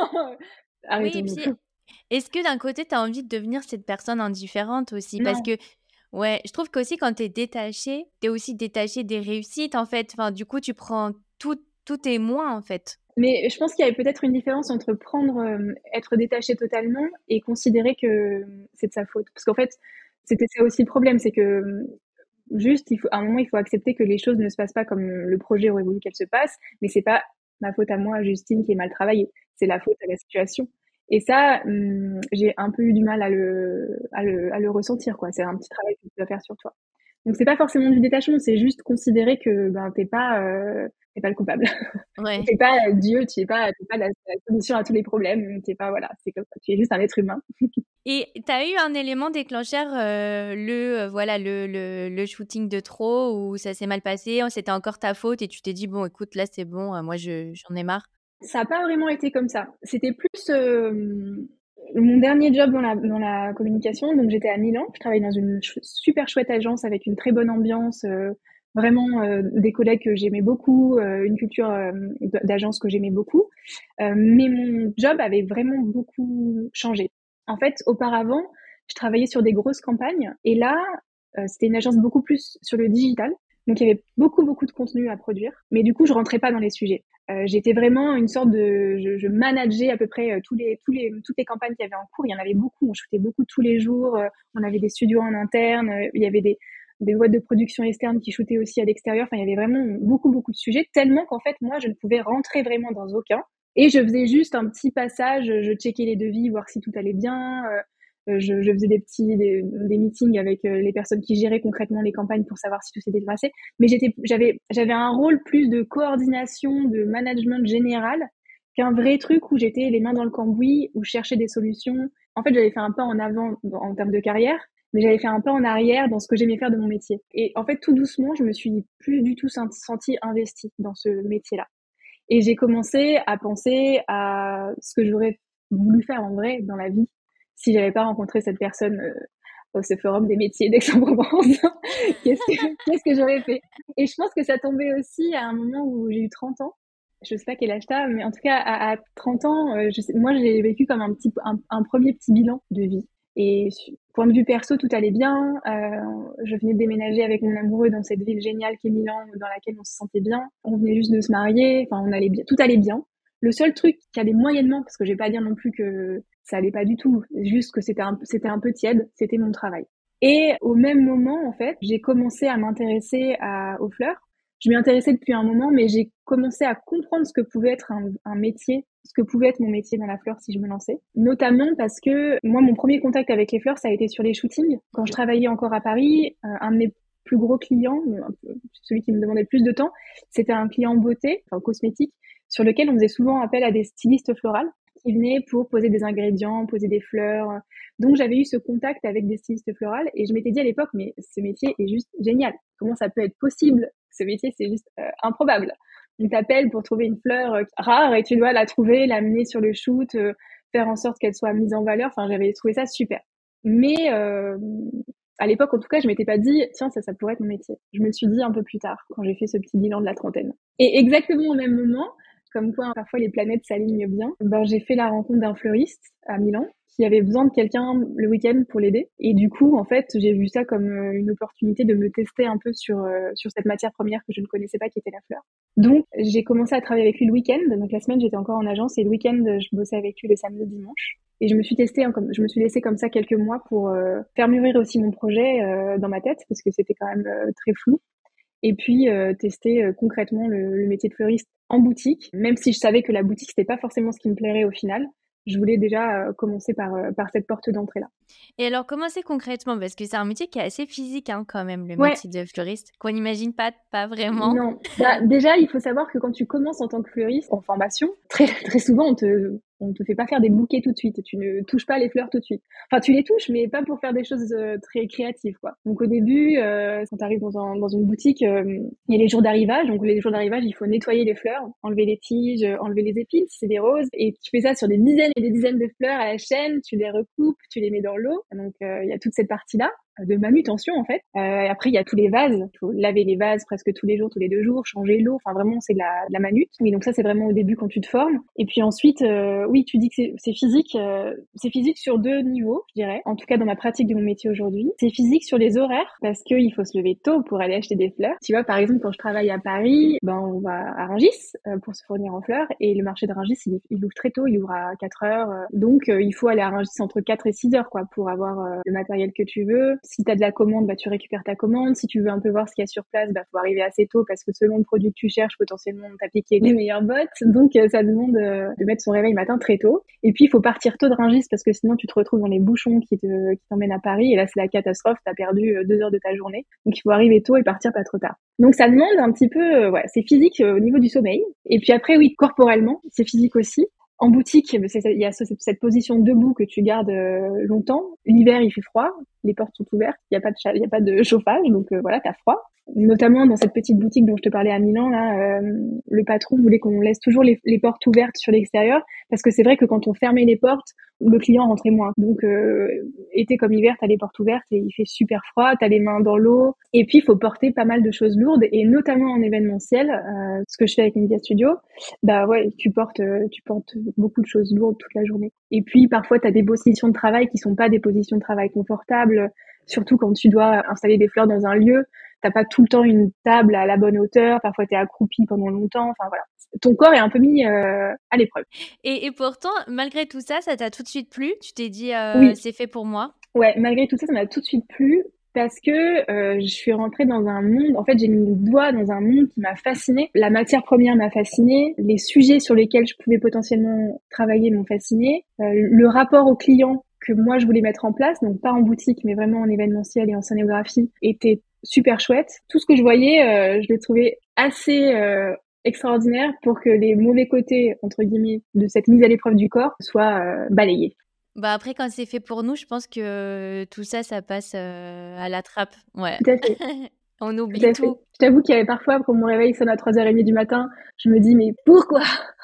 Oui et Arrêtons-nous. puis, est-ce que d'un côté, tu as envie de devenir cette personne indifférente aussi? Parce Non. que ouais, je trouve qu'aussi quand tu es détaché, tu es aussi détaché des réussites, en fait. Enfin, du coup, tu prends tout tout est moins, en fait. Mais je pense qu'il y avait peut-être une différence entre prendre, euh, être détaché totalement et considérer que c'est de sa faute. Parce qu'en fait, c'était ça aussi le problème, c'est que juste, il faut, à un moment, il faut accepter que les choses ne se passent pas comme le projet aurait voulu qu'elles se passent, mais c'est pas ma faute à moi, Justine, qui est mal travaillée. C'est la faute à la situation. Et ça, hum, j'ai un peu eu du mal à le, à le, à le ressentir, quoi. C'est un petit travail que tu dois faire sur toi. Donc c'est pas forcément du détachement, c'est juste considérer que ben t'es pas, euh, t'es pas le coupable. Ouais. T'es pas euh, Dieu, tu es pas, t'es pas la, la solution à tous les problèmes. T'es pas voilà, c'est comme ça. Tu es juste un être humain. Et tu as eu un élément déclencheur, heu, le, heu, voilà, le le le shooting de trop où ça s'est mal passé, c'était encore ta faute et tu t'es dit: «Bon, écoute, là, c'est bon, heu, moi, je j'en ai marre»? Ça a pas vraiment été comme ça. C'était plus euh, mon dernier job dans la, dans la communication. Donc j'étais à Milan. Je travaillais dans une ch- super chouette agence avec une très bonne ambiance, euh, vraiment euh, des collègues que j'aimais beaucoup, euh, une culture euh, d- d'agence que j'aimais beaucoup. Euh, mais mon job avait vraiment beaucoup changé. En fait, auparavant, je travaillais sur des grosses campagnes et là, euh, c'était une agence beaucoup plus sur le digital. Donc il y avait beaucoup beaucoup de contenu à produire, mais du coup je rentrais pas dans les sujets. Euh, j'étais vraiment une sorte de, je, je manageais à peu près euh, tous les, tous les, toutes les campagnes qu'il y avait en cours. Il y en avait beaucoup. On shootait beaucoup tous les jours. Euh, on avait des studios en interne. Euh, il y avait des, des boîtes de production externes qui shootaient aussi à l'extérieur. Enfin, il y avait vraiment beaucoup, beaucoup de sujets, tellement qu'en fait, moi, je ne pouvais rentrer vraiment dans aucun. Et je faisais juste un petit passage. Je checkais les devis, voir si tout allait bien. Euh, euh, je, je faisais des petits, des, des meetings avec euh, les personnes qui géraient concrètement les campagnes pour savoir si tout s'était passé. Mais j'étais, j'avais, j'avais un rôle plus de coordination, de management général qu'un vrai truc où j'étais les mains dans le cambouis, où je cherchais des solutions. En fait, j'avais fait un pas en avant en termes de carrière, mais j'avais fait un pas en arrière dans ce que j'aimais faire de mon métier. Et en fait, tout doucement, je me suis plus du tout sentie investie dans ce métier-là. Et j'ai commencé à penser à ce que j'aurais voulu faire en vrai dans la vie si j'avais pas rencontré cette personne euh, au ce forum des métiers d'Aix-en-Provence. qu'est-ce que, qu'est-ce que j'aurais fait? Et je pense que ça tombait aussi à un moment où j'ai eu trente ans. Je sais pas quel âge t'as, mais en tout cas, à, à trente ans, euh, je sais, moi, j'ai vécu comme un petit, un, un premier petit bilan de vie. Et point de vue perso, tout allait bien. Euh, je venais de déménager avec mon amoureux dans cette ville géniale qui est Milan, dans laquelle on se sentait bien. On venait juste de se marier. Enfin, on allait bien, tout allait bien. Le seul truc qui allait moyennement, parce que je vais pas dire non plus que ça allait pas du tout, juste que c'était un, c'était un peu tiède, c'était mon travail. Et au même moment, en fait, j'ai commencé à m'intéresser à, aux fleurs. Je m'y intéressais depuis un moment, mais j'ai commencé à comprendre ce que pouvait être un, un métier, ce que pouvait être mon métier dans la fleur si je me lançais. Notamment parce que moi, mon premier contact avec les fleurs, ça a été sur les shootings. Quand je travaillais encore à Paris, euh, un de mes plus gros clients, celui qui me demandait le plus de temps, c'était un client beauté, enfin cosmétique, sur lequel on faisait souvent appel à des stylistes florales qui venaient pour poser des ingrédients, poser des fleurs. Donc j'avais eu ce contact avec des stylistes florales et je m'étais dit à l'époque, mais ce métier est juste génial. Comment ça peut être possible? Ce métier, c'est juste euh, improbable. On t'appelle pour trouver une fleur euh, rare et tu dois la trouver, l'amener sur le shoot, euh, faire en sorte qu'elle soit mise en valeur. Enfin, j'avais trouvé ça super. Mais euh, à l'époque, en tout cas, je m'étais pas dit, tiens, ça, ça pourrait être mon métier. Je me le suis dit un peu plus tard, quand j'ai fait ce petit bilan de la trentaine. Et exactement au même moment, Comme quoi, hein, parfois les planètes s'alignent bien. Ben, j'ai fait la rencontre d'un fleuriste à Milan qui avait besoin de quelqu'un le week-end pour l'aider. Et du coup, en fait, j'ai vu ça comme euh, une opportunité de me tester un peu sur euh, sur cette matière première que je ne connaissais pas, qui était la fleur. Donc, j'ai commencé à travailler avec lui le week-end. Donc, la semaine, j'étais encore en agence et le week-end, je bossais avec lui le samedi, dimanche. Et je me suis testée, hein, comme, je me suis laissée comme ça quelques mois pour euh, faire mûrir aussi mon projet euh, dans ma tête parce que c'était quand même euh, très flou. Et puis euh, tester euh, concrètement le, le métier de fleuriste en boutique, même si je savais que la boutique c'était pas forcément ce qui me plairait au final. Je voulais déjà euh, commencer par euh, par cette porte d'entrée là. Et alors, comment c'est concrètement? Parce que c'est un métier qui est assez physique, hein, quand même, le Ouais, métier de fleuriste, qu'on n'imagine pas, pas vraiment. non. Bah, déjà, il faut savoir que quand tu commences en tant que fleuriste en formation, très très souvent on te on te fait pas faire des bouquets tout de suite. Tu ne touches pas les fleurs tout de suite. Enfin, tu les touches, mais pas pour faire des choses euh, très créatives, quoi. Donc au début, euh, quand tu arrives dans, un, dans une boutique, euh, il y a les jours d'arrivage. Donc les jours d'arrivage, il faut nettoyer les fleurs, enlever les tiges, enlever les épines si c'est des roses. Et tu fais ça sur des dizaines et des dizaines de fleurs à la chaîne. Tu les recoupes, tu les mets dans l'eau. Donc euh, il y a toute cette partie-là de manutention en fait. Euh, et après il y a tous les vases, il faut laver les vases presque tous les jours, tous les deux jours, changer l'eau. Enfin vraiment c'est de la, de la manute. Oui, donc ça c'est vraiment au début quand tu te formes. Et puis ensuite, euh, oui, tu dis que c'est, c'est physique, euh, c'est physique sur deux niveaux, je dirais. En tout cas dans ma pratique de mon métier aujourd'hui, c'est physique sur les horaires parce que il faut se lever tôt pour aller acheter des fleurs. Tu vois par exemple quand je travaille à Paris, ben on va à Rungis euh, pour se fournir en fleurs et le marché de Rungis il, il ouvre très tôt, il ouvre à quatre heures. Euh, donc euh, il faut aller à Rungis entre quatre et six heures quoi pour avoir euh, le matériel que tu veux. Si tu as de la commande, bah, tu récupères ta commande. Si tu veux un peu voir ce qu'il y a sur place, bah, faut arriver assez tôt parce que selon le produit que tu cherches, potentiellement, t'as piqué les meilleures bottes. Donc, euh, ça demande euh, de mettre son réveil matin très tôt. Et puis, il faut partir tôt de Rungis parce que sinon, tu te retrouves dans les bouchons qui te, qui t'emmènent à Paris. Et là, c'est la catastrophe. T'as perdu euh, deux heures de ta journée. Donc, il faut arriver tôt et partir pas trop tard. Donc, ça demande un petit peu, euh, ouais, c'est physique euh, au niveau du sommeil. Et puis après, oui, corporellement, c'est physique aussi. En boutique, il y a cette position debout que tu gardes euh, longtemps. L'hiver, il fait froid, les portes sont ouvertes, il n'y a pas de il y a pas de chauffage, donc euh, voilà, t'as froid. Notamment dans cette petite boutique dont je te parlais à Milan, là, euh, le patron voulait qu'on laisse toujours les, les portes ouvertes sur l'extérieur, parce que c'est vrai que quand on fermait les portes, le client rentrait moins. Donc euh, été comme hiver, t'as les portes ouvertes et il fait super froid, t'as les mains dans l'eau, et puis il faut porter pas mal de choses lourdes, et notamment en événementiel, euh, ce que je fais avec Media Studio, bah ouais, tu portes, tu portes beaucoup de choses lourdes toute la journée. Et puis parfois t'as des positions de travail qui sont pas des positions de travail confortables, surtout quand tu dois installer des fleurs dans un lieu. T'as pas tout le temps une table à la bonne hauteur, parfois t'es accroupi pendant longtemps, enfin voilà. Ton corps est un peu mis euh, à l'épreuve. Et, et pourtant, malgré tout ça, ça t'a tout de suite plu? Tu t'es dit, euh, Oui. c'est fait pour moi? Ouais, malgré tout ça, ça m'a tout de suite plu parce que euh, je suis rentrée dans un monde, en fait j'ai mis le doigt dans un monde qui m'a fascinée. La matière première m'a fascinée, les sujets sur lesquels je pouvais potentiellement travailler m'ont fascinée, euh, le rapport au client que moi je voulais mettre en place, donc pas en boutique mais vraiment en événementiel et en scénographie, était super chouette. Tout ce que je voyais, euh, je l'ai trouvé assez euh, extraordinaire pour que les mauvais côtés, entre guillemets, de cette mise à l'épreuve du corps soient euh, balayés. Bah après, quand c'est fait pour nous, je pense que tout ça, ça passe euh, à la trappe. Ouais. Tout à fait. On Tout oublie à fait. tout. Je t'avoue qu'il y avait parfois, quand mon réveil sonne à trois heures trente du matin, je me dis, mais pourquoi?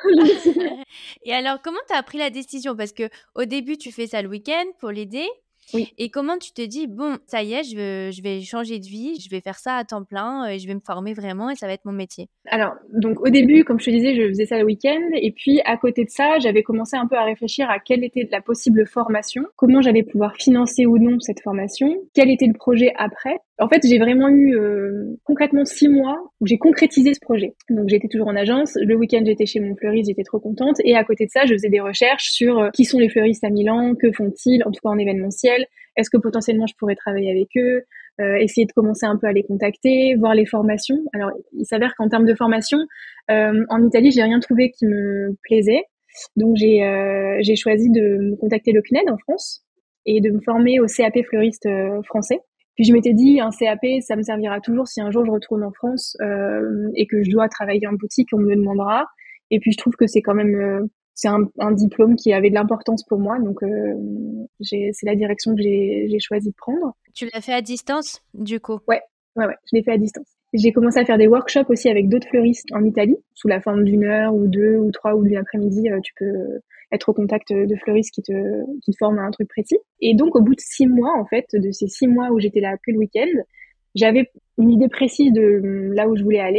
Et alors, comment t'as pris la décision? Parce que au début, tu fais ça le week-end pour l'aider. Oui. Et comment tu te dis, bon, ça y est, je vais, je vais changer de vie, je vais faire ça à temps plein et je vais me former vraiment et ça va être mon métier? Alors, donc au début, comme je te disais, je faisais ça le week-end. Et puis, à côté de ça, j'avais commencé un peu à réfléchir à quelle était la possible formation, comment j'allais pouvoir financer ou non cette formation, quel était le projet après. En fait, j'ai vraiment eu euh, concrètement six mois où j'ai concrétisé ce projet. Donc, j'étais toujours en agence. Le week-end, j'étais chez mon fleuriste, j'étais trop contente. Et à côté de ça, je faisais des recherches sur euh, qui sont les fleuristes à Milan, que font-ils, en tout cas en événementiel. Est-ce que potentiellement je pourrais travailler avec eux, euh, essayer de commencer un peu à les contacter, voir les formations. Alors, il s'avère qu'en termes de formation, euh, en Italie, j'ai rien trouvé qui me plaisait. Donc, j'ai euh, j'ai choisi de me contacter le C N E D en France et de me former au C A P fleuriste euh, français. Puis je m'étais dit, un C A P, ça me servira toujours si un jour je retourne en France euh, et que je dois travailler en boutique, on me le demandera. Et puis je trouve que c'est quand même, euh, c'est un, un diplôme qui avait de l'importance pour moi, donc euh, j'ai, c'est la direction que j'ai, j'ai choisi de prendre. Tu l'as fait à distance, du coup? Ouais, ouais, ouais, je l'ai fait à distance. J'ai commencé à faire des workshops aussi avec d'autres fleuristes en Italie, sous la forme d'une heure ou deux ou trois ou d'une après-midi. Euh, tu peux être au contact de fleuristes qui te, qui te forment à un truc précis. Et donc, au bout de six mois, en fait, de ces six mois où j'étais là que le week-end, j'avais une idée précise de là où je voulais aller.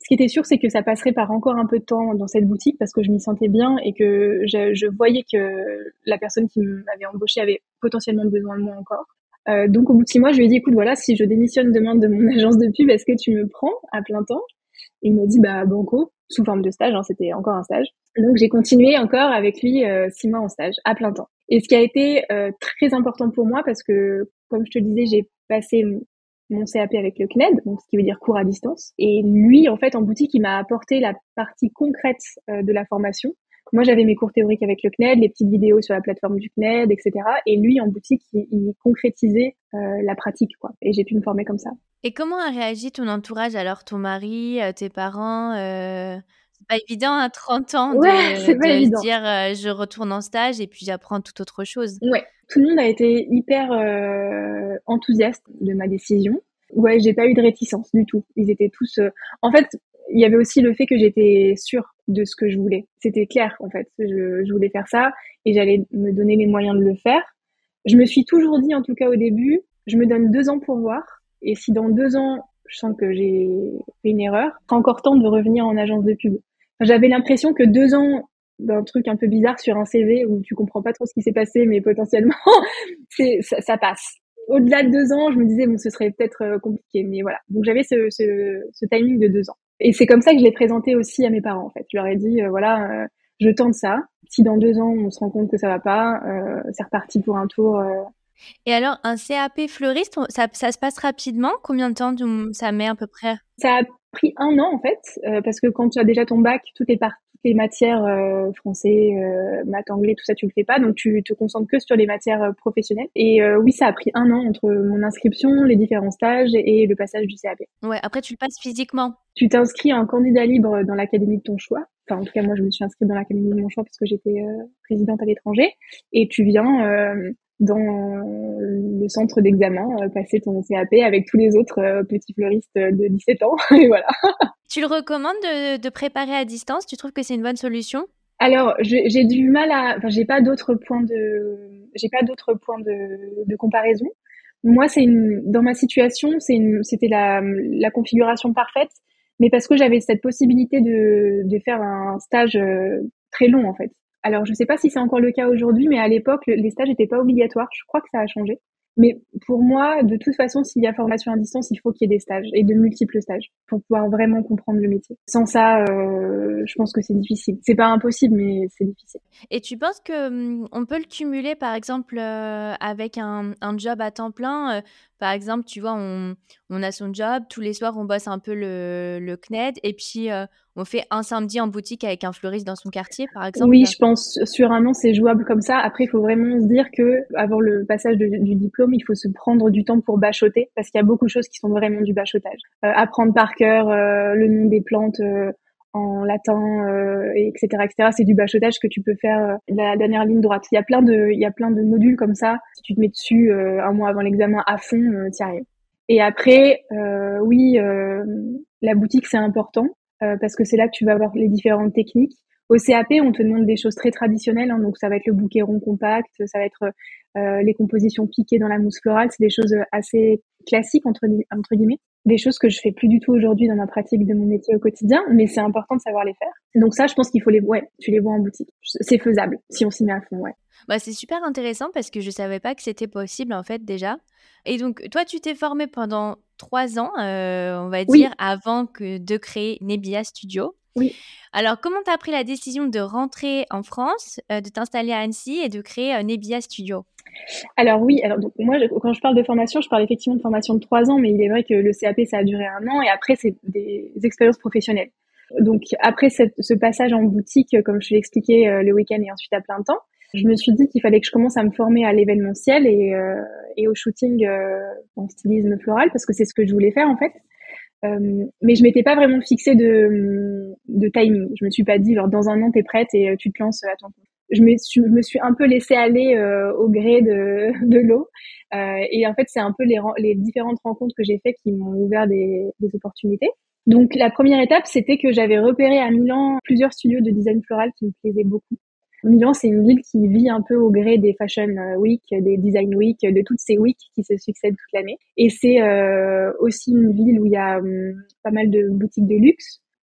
Ce qui était sûr, c'est que ça passerait par encore un peu de temps dans cette boutique parce que je m'y sentais bien et que je, je voyais que la personne qui m'avait embauchée avait potentiellement besoin de moi encore. Euh, donc au bout de six mois, je lui ai dit, écoute, voilà, si je démissionne demain de mon agence de pub, est-ce que tu me prends à plein temps? Et il m'a dit, bah banco, sous forme de stage, hein, c'était encore un stage. Donc j'ai continué encore avec lui euh, six mois en stage, à plein temps. Et ce qui a été euh, très important pour moi parce que, comme je te le disais, j'ai passé mon C A P avec le C N E D, donc ce qui veut dire cours à distance. Et lui, en fait, en boutique, il m'a apporté la partie concrète euh, de la formation. Moi, j'avais mes cours théoriques avec le C N E D, les petites vidéos sur la plateforme du C N E D, et cetera. Et lui, en boutique, il, il concrétisait euh, la pratique, quoi. Et j'ai pu me former comme ça. Et comment a réagi ton entourage alors, ton mari, euh, tes parents euh... C'est pas évident à trente ans de, Ouais, c'est pas de se évident. dire euh, je retourne en stage et puis j'apprends toute autre chose. Ouais, tout le monde a été hyper euh, enthousiaste de ma décision. Ouais, j'ai pas eu de réticence du tout. Ils étaient tous. Euh... En fait, il y avait aussi le fait que j'étais sûre de ce que je voulais. C'était clair, en fait. Je, je voulais faire ça et j'allais me donner les moyens de le faire. Je me suis toujours dit, en tout cas au début, je me donne deux ans pour voir. Et si dans deux ans, je sens que j'ai fait une erreur, c'est encore temps de revenir en agence de pub. Enfin, j'avais l'impression que deux ans d'un truc un peu bizarre sur un C V où tu comprends pas trop ce qui s'est passé, mais potentiellement, c'est, ça, ça passe. Au-delà de deux ans, je me disais, bon, ce serait peut-être euh, compliqué, mais voilà. Donc, j'avais ce, ce, ce timing de deux ans. Et c'est comme ça que je l'ai présenté aussi à mes parents, en fait. Je leur ai dit, euh, voilà, euh, je tente ça. Si dans deux ans, on se rend compte que ça va pas, euh, c'est reparti pour un tour. Euh... Et alors, un C A P fleuriste, ça, ça se passe rapidement? Combien de temps ça met à peu près? Ça a pris un an, en fait, euh, parce que quand tu as déjà ton bac, toutes les parties, les matières euh, français, euh, maths, anglais, tout ça, tu le fais pas, donc tu te concentres que sur les matières euh, professionnelles. Et euh, oui, ça a pris un an entre mon inscription, les différents stages et le passage du C A P. Ouais, après tu le passes physiquement. Tu t'inscris en candidat libre dans l'académie de ton choix. Enfin, en tout cas, moi, je me suis inscrite dans l'académie de mon choix parce que j'étais euh, résidente à l'étranger. Et tu viens euh, dans le centre d'examen euh, passer ton C A P avec tous les autres euh, petits fleuristes de dix-sept ans. Et voilà. Tu le recommandes de, de préparer à distance? Tu trouves que c'est une bonne solution? Alors, j'ai, j'ai du mal à, enfin, j'ai pas d'autres points de, j'ai pas d'autres points de, de comparaison. Moi, c'est une, dans ma situation, c'est une, c'était la, la configuration parfaite, mais parce que j'avais cette possibilité de, de faire un stage euh, très long, en fait. Alors, je sais pas si c'est encore le cas aujourd'hui, mais à l'époque, les stages n'étaient pas obligatoires. Je crois que ça a changé. Mais pour moi, de toute façon, s'il y a formation à distance, il faut qu'il y ait des stages et de multiples stages pour pouvoir vraiment comprendre le métier. Sans ça, euh, je pense que c'est difficile. C'est pas impossible, mais c'est difficile. Et tu penses que hum, on peut le cumuler, par exemple, euh, avec un, un job à temps plein? euh, Par exemple, tu vois, on, on a son job, tous les soirs, on bosse un peu le, le C N E D, et puis euh, on fait un samedi en boutique avec un fleuriste dans son quartier, par exemple. Oui, je pense sur un an, c'est jouable comme ça. Après, il faut vraiment se dire que avant le passage de- du diplôme, il faut se prendre du temps pour bachoter parce qu'il y a beaucoup de choses qui sont vraiment du bachotage. Euh, apprendre par cœur euh, le nom des plantes euh, en latin, euh, et etc., et cetera. C'est du bachotage que tu peux faire euh, la dernière ligne droite. Il y a plein de, il y a plein de modules comme ça. Si tu te mets dessus euh, un mois avant l'examen à fond, euh, t'y arrives. Et après, euh, oui, euh, la boutique c'est important euh, parce que c'est là que tu vas avoir les différentes techniques. Au C A P, on te demande des choses très traditionnelles, hein, donc ça va être le bouquet rond compact, ça va être euh, les compositions piquées dans la mousse florale, c'est des choses assez classiques entre, entre guillemets, des choses que je fais plus du tout aujourd'hui dans ma pratique de mon métier au quotidien, mais c'est important de savoir les faire. Donc ça, je pense qu'il faut les, ouais, tu les vois en boutique, c'est faisable si on s'y met à fond, ouais. Bah, c'est super intéressant parce que je savais pas que c'était possible en fait déjà. Et donc toi, tu t'es formée pendant trois ans, euh, on va Oui, dire, avant que de créer Nebia Studio. oui. Alors, comment tu as pris la décision de rentrer en France, euh, de t'installer à Annecy et de créer euh, Nebia Studio? Alors oui, alors donc moi je- quand je parle de formation, je parle effectivement de formation de trois ans, mais il est vrai que le C A P ça a duré un an et après c'est des expériences professionnelles. Donc après cette, ce passage en boutique, euh, comme je te l'ai expliqué euh, le week-end et ensuite à plein temps, je me suis dit qu'il fallait que je commence à me former à l'événementiel et, euh, et au shooting euh, en stylisme floral parce que c'est ce que je voulais faire en fait. Euh, mais je m'étais pas vraiment fixée de, de timing. Je me suis pas dit genre dans un an t'es prête et euh, tu te lances à ton compte. Je me suis, je me suis un peu laissée aller euh, au gré de, de l'eau. Euh, et en fait, c'est un peu les, les différentes rencontres que j'ai faites qui m'ont ouvert des, des opportunités. Donc, la première étape, c'était que j'avais repéré à Milan plusieurs studios de design floral qui me plaisaient beaucoup. Milan, c'est une ville qui vit un peu au gré des Fashion Week, des Design Week, de toutes ces weeks qui se succèdent toute l'année. Et c'est euh, aussi une ville où il y a hum, pas mal de boutiques de luxe.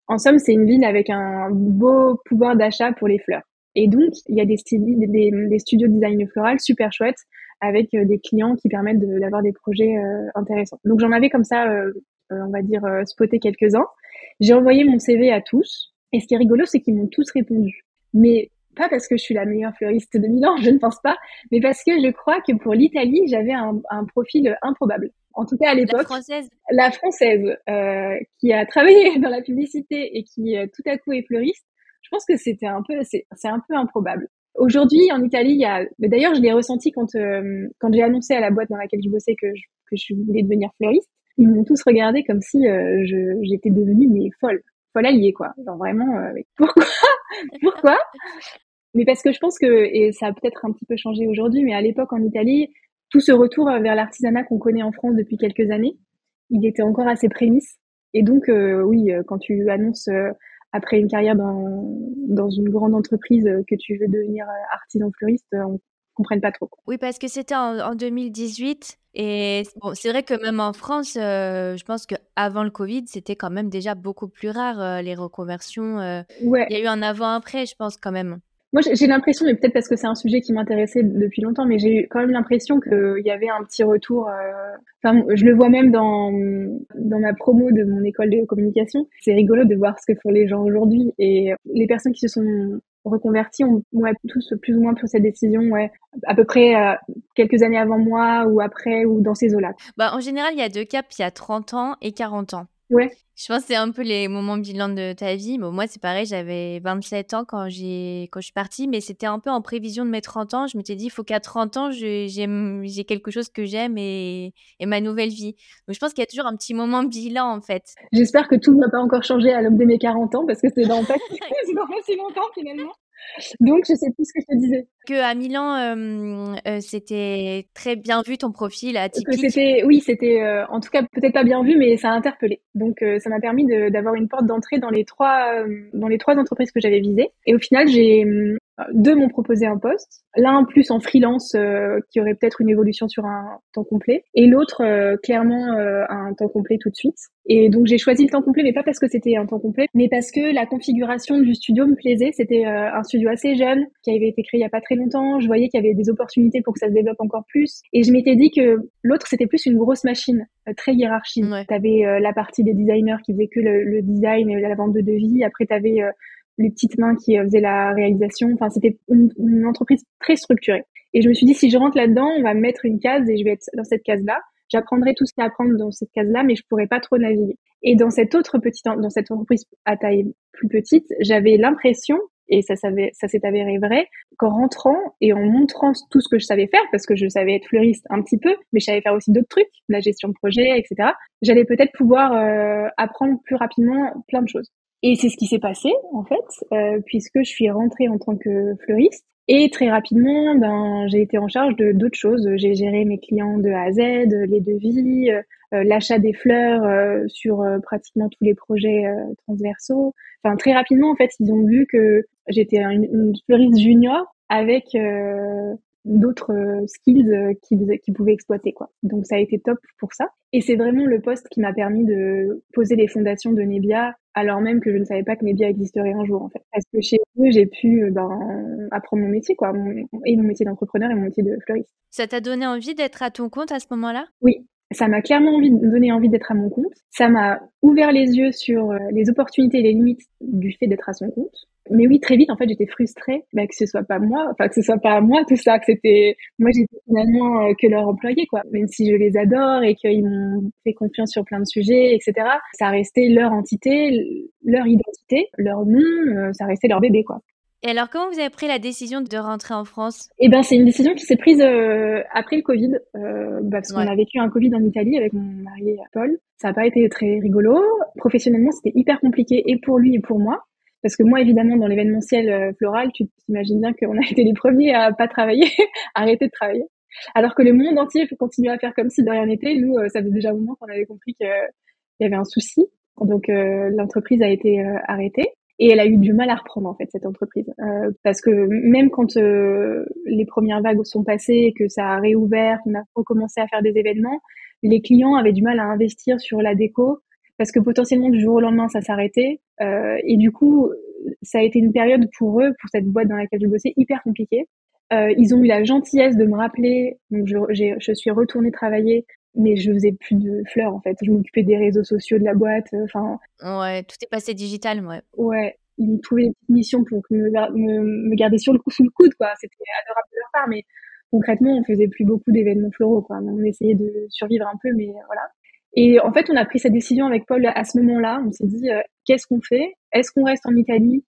En somme, c'est une ville avec un beau pouvoir d'achat pour les fleurs. Et donc, il y a des, styli- des, des studios de design floral super chouettes avec euh, des clients qui permettent de- d'avoir des projets euh, intéressants. Donc, j'en avais comme ça, euh, euh, on va dire, euh, spoté quelques-uns. J'ai envoyé mon C V à tous. Et ce qui est rigolo, c'est qu'ils m'ont tous répondu. Mais pas parce que je suis la meilleure fleuriste de Milan, je ne pense pas, mais parce que je crois que pour l'Italie, j'avais un, un profil improbable. En tout cas, à La l'époque, française? la française euh, qui a travaillé dans la publicité et qui euh, tout à coup est fleuriste, je pense que c'était un peu, c'est, c'est un peu improbable. Aujourd'hui, en Italie, il y a, mais d'ailleurs, je l'ai ressenti quand euh, quand j'ai annoncé à la boîte dans laquelle je bossais que je, que je voulais devenir fleuriste. Ils m'ont tous regardé comme si euh, je, j'étais devenue mais folle, folle alliée quoi. Genre vraiment, euh, mais pourquoi, pourquoi? Mais parce que je pense que, et ça a peut-être un petit peu changé aujourd'hui, mais à l'époque en Italie, tout ce retour vers l'artisanat qu'on connaît en France depuis quelques années, il était encore assez prémisse. Et donc, euh, oui, euh, quand tu annonces euh, après une carrière dans, dans une grande entreprise euh, que tu veux devenir euh, artisan fleuriste, euh, on comprenne pas trop. Oui, parce que c'était en, en deux mille dix-huit. Et bon, c'est vrai que même en France, euh, je pense qu'avant le Covid, c'était quand même déjà beaucoup plus rare, euh, les reconversions. euh. Ouais, Il y a eu un avant-après, je pense, quand même. moi, j'ai j'ai l'impression, mais peut-être parce que c'est un sujet qui m'intéressait depuis longtemps, mais j'ai eu quand même l'impression qu'il y avait un petit retour. euh, Enfin, je le vois même dans dans ma promo de mon école de communication. C'est rigolo de voir ce que font les gens aujourd'hui et les personnes qui se sont reconverties ont ouais, tous plus ou moins pris cette décision, ouais, à peu près euh, quelques années avant moi ou après ou dans ces eaux-là. Bah, en général, il y a deux caps, il y a trente ans et quarante ans. Ouais. Je pense que c'est un peu les moments bilan de ta vie. Bon, moi, c'est pareil, j'avais vingt-sept ans quand j'ai quand je suis partie, mais c'était un peu en prévision de mes trente ans. Je m'étais dit, il faut qu'à trente ans, je- j'aime, j'ai quelque chose que j'aime et, et ma nouvelle vie. Donc, je pense qu'il y a toujours un petit moment bilan, en fait. J'espère que tout ne va pas encore changer à l'aube de mes quarante ans parce que c'est dans pas, c'est dans pas si longtemps finalement. Donc, je sais plus ce que je te disais. Que à Milan, euh, euh, c'était très bien vu ton profil Que atypique. c'était, oui, c'était, euh, en tout cas peut-être pas bien vu, mais ça a interpellé. Donc euh, ça m'a permis de, d'avoir une porte d'entrée dans les trois, euh, dans les trois entreprises que j'avais visées. Et au final, j'ai euh, deux m'ont proposé un poste, l'un plus en freelance euh, qui aurait peut-être une évolution sur un temps complet, et l'autre euh, clairement euh, un temps complet tout de suite. Et donc j'ai choisi le temps complet, mais pas parce que c'était un temps complet, mais parce que la configuration du studio me plaisait. C'était euh, un studio assez jeune qui avait été créé il y a pas très longtemps. Je voyais qu'il y avait des opportunités pour que ça se développe encore plus. Et je m'étais dit que l'autre c'était plus une grosse machine, euh, très hiérarchisée. Ouais. T'avais euh, la partie des designers qui faisaient que le, le design et la vente de devis. Après t'avais euh, les petites mains qui euh, faisaient la réalisation. Enfin c'était une, une entreprise très structurée. Et je me suis dit si je rentre là-dedans, on va me mettre une case et je vais être dans cette case-là. J'apprendrai tout ce qu'il y a à apprendre dans cette case-là, mais je pourrais pas trop naviguer. Et dans cette autre petite, dans cette entreprise à taille plus petite, j'avais l'impression, et ça, savait, ça s'est avéré vrai, qu'en rentrant et en montrant tout ce que je savais faire, parce que je savais être fleuriste un petit peu, mais je savais faire aussi d'autres trucs, la gestion de projet, et cetera, j'allais peut-être pouvoir euh, apprendre plus rapidement plein de choses. Et c'est ce qui s'est passé, en fait, euh, puisque je suis rentrée en tant que fleuriste. Et très rapidement, ben, j'ai été en charge de d'autres choses. J'ai géré mes clients de A à Z, les devis, euh, l'achat des fleurs euh, sur euh, pratiquement tous les projets euh, transversaux. Enfin, très rapidement, en fait, ils ont vu que j'étais une, une fleuriste junior avec euh, d'autres euh, skills euh, qu'ils qu'ils pouvaient exploiter, quoi. Donc, ça a été top pour ça. Et c'est vraiment le poste qui m'a permis de poser les fondations de Nebia, alors même que je ne savais pas que Nebia existerait un jour, en fait. Parce que chez eux, j'ai pu ben, apprendre mon métier, quoi, mon, et mon métier d'entrepreneur et mon métier de fleuriste. Ça t'a donné envie d'être à ton compte à ce moment-là? Oui, ça m'a clairement envie, donné envie d'être à mon compte. Ça m'a ouvert les yeux sur euh, les opportunités et les limites du fait d'être à son compte. Mais oui, très vite, en fait, j'étais frustrée bah, que ce soit pas moi, enfin que ce soit pas moi tout ça, que c'était moi j'étais finalement euh, que leur employé, quoi. Même si je les adore et qu'ils m'ont fait confiance sur plein de sujets, et cetera. Ça restait leur entité, leur identité, leur nom, euh, ça restait leur bébé, quoi. Et alors, comment vous avez pris la décision de rentrer en France? Eh ben, c'est une décision qui s'est prise euh, après le Covid, euh, bah, parce qu'on Ouais. a vécu un Covid en Italie avec mon mari Paul. Ça n'a pas été très rigolo. Professionnellement, c'était hyper compliqué et pour lui et pour moi. Parce que moi, évidemment, dans l'événementiel euh, floral, tu t'imagines bien qu'on a été les premiers à pas travailler, à arrêter de travailler. Alors que le monde entier continue à faire comme si de rien n'était. Nous, euh, ça faisait déjà un moment qu'on avait compris qu'il y avait un souci. Donc, euh, l'entreprise a été euh, arrêtée. Et elle a eu du mal à reprendre en fait cette entreprise euh, parce que même quand euh, les premières vagues sont passées et que ça a réouvert, qu'on a recommencé à faire des événements, les clients avaient du mal à investir sur la déco parce que potentiellement du jour au lendemain ça s'arrêtait Euh, et du coup, ça a été une période pour eux, pour cette boîte dans laquelle je bossais, hyper compliquée. Euh, ils ont eu la gentillesse de me rappeler, donc je, j'ai, je suis retournée travailler, mais je faisais plus de fleurs en fait. Je m'occupais des réseaux sociaux de la boîte. Enfin, Ouais, tout est passé digital, ouais. ouais, ils me trouvaient des petites missions pour me, me, me garder sur le coup, sous le coude, quoi. C'était adorable de leur part, mais concrètement, on faisait plus beaucoup d'événements floraux, quoi. On essayait de survivre un peu, mais voilà. Et en fait, on a pris cette décision avec Paul à ce moment-là. On s'est dit, euh, qu'est-ce qu'on fait? Est-ce qu'on reste en Italie?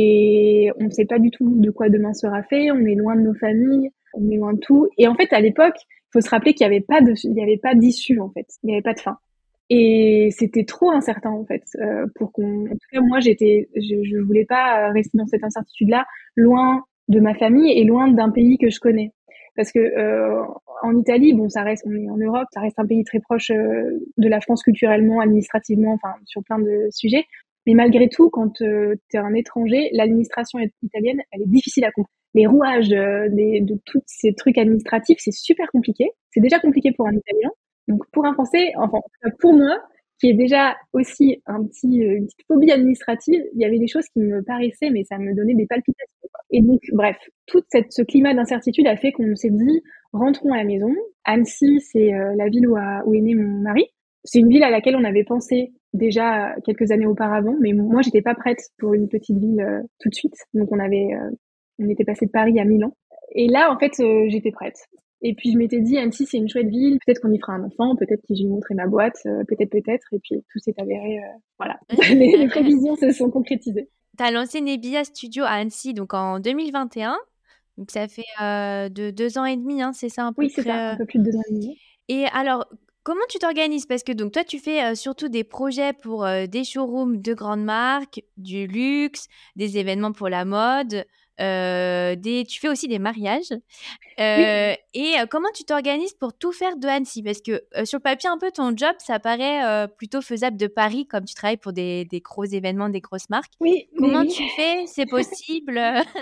Et on ne sait pas du tout de quoi demain sera fait. On est loin de nos familles, on est loin de tout. Et en fait, à l'époque, il faut se rappeler qu'il n'y avait pas de, il y avait pas d'issue, en fait. Il n'y avait pas de fin. Et c'était trop incertain, en fait, euh, pour qu'on, en tout cas, moi, j'étais, je, je voulais pas rester dans cette incertitude-là, loin de ma famille et loin d'un pays que je connais. Parce que euh, en Italie, bon, ça reste, on est en Europe, ça reste un pays très proche euh, de la France culturellement, administrativement, enfin sur plein de sujets. Mais malgré tout, quand euh, tu es un étranger, l'administration italienne, elle est difficile à comprendre. Les rouages euh, des, de tous ces trucs administratifs, c'est super compliqué. C'est déjà compliqué pour un Italien. Donc pour un Français, enfin pour moi, qui est déjà aussi un petit, une petite phobie administrative, il y avait des choses qui me paraissaient, mais ça me donnait des palpitations. Et donc, bref, tout cette, ce climat d'incertitude a fait qu'on s'est dit, rentrons à la maison. Annecy, c'est euh, la ville où, a, où est né mon mari. C'est une ville à laquelle on avait pensé déjà quelques années auparavant, mais moi, j'étais pas prête pour une petite ville euh, tout de suite. Donc, on avait, euh, on était passé de Paris à Milan. Et là, en fait, euh, j'étais prête. Et puis, je m'étais dit, Annecy, c'est une chouette ville. Peut-être qu'on y fera un enfant. Peut-être que je vais montrer ma boîte. Euh, peut-être, peut-être. Et puis, tout s'est avéré. Euh, voilà. les, les prévisions se sont concrétisées. Tu as lancé Nebia Studio à Annecy donc en deux mille vingt et un. Donc ça fait euh, de deux ans et demi, hein, c'est ça à peu Oui, c'est près. ça. euh. Un peu plus de deux ans et demi. Et alors, comment tu t'organises? Parce que donc toi, tu fais euh, surtout des projets pour euh, des showrooms de grandes marques, du luxe, des événements pour la mode. euh, des... Tu fais aussi des mariages. Oui. Euh, et euh, comment tu t'organises pour tout faire de Annecy? Parce que euh, sur le papier, un peu, ton job, ça paraît euh, plutôt faisable de Paris, comme tu travailles pour des, des gros événements, des grosses marques. Oui, mais Comment oui. tu fais? C'est possible?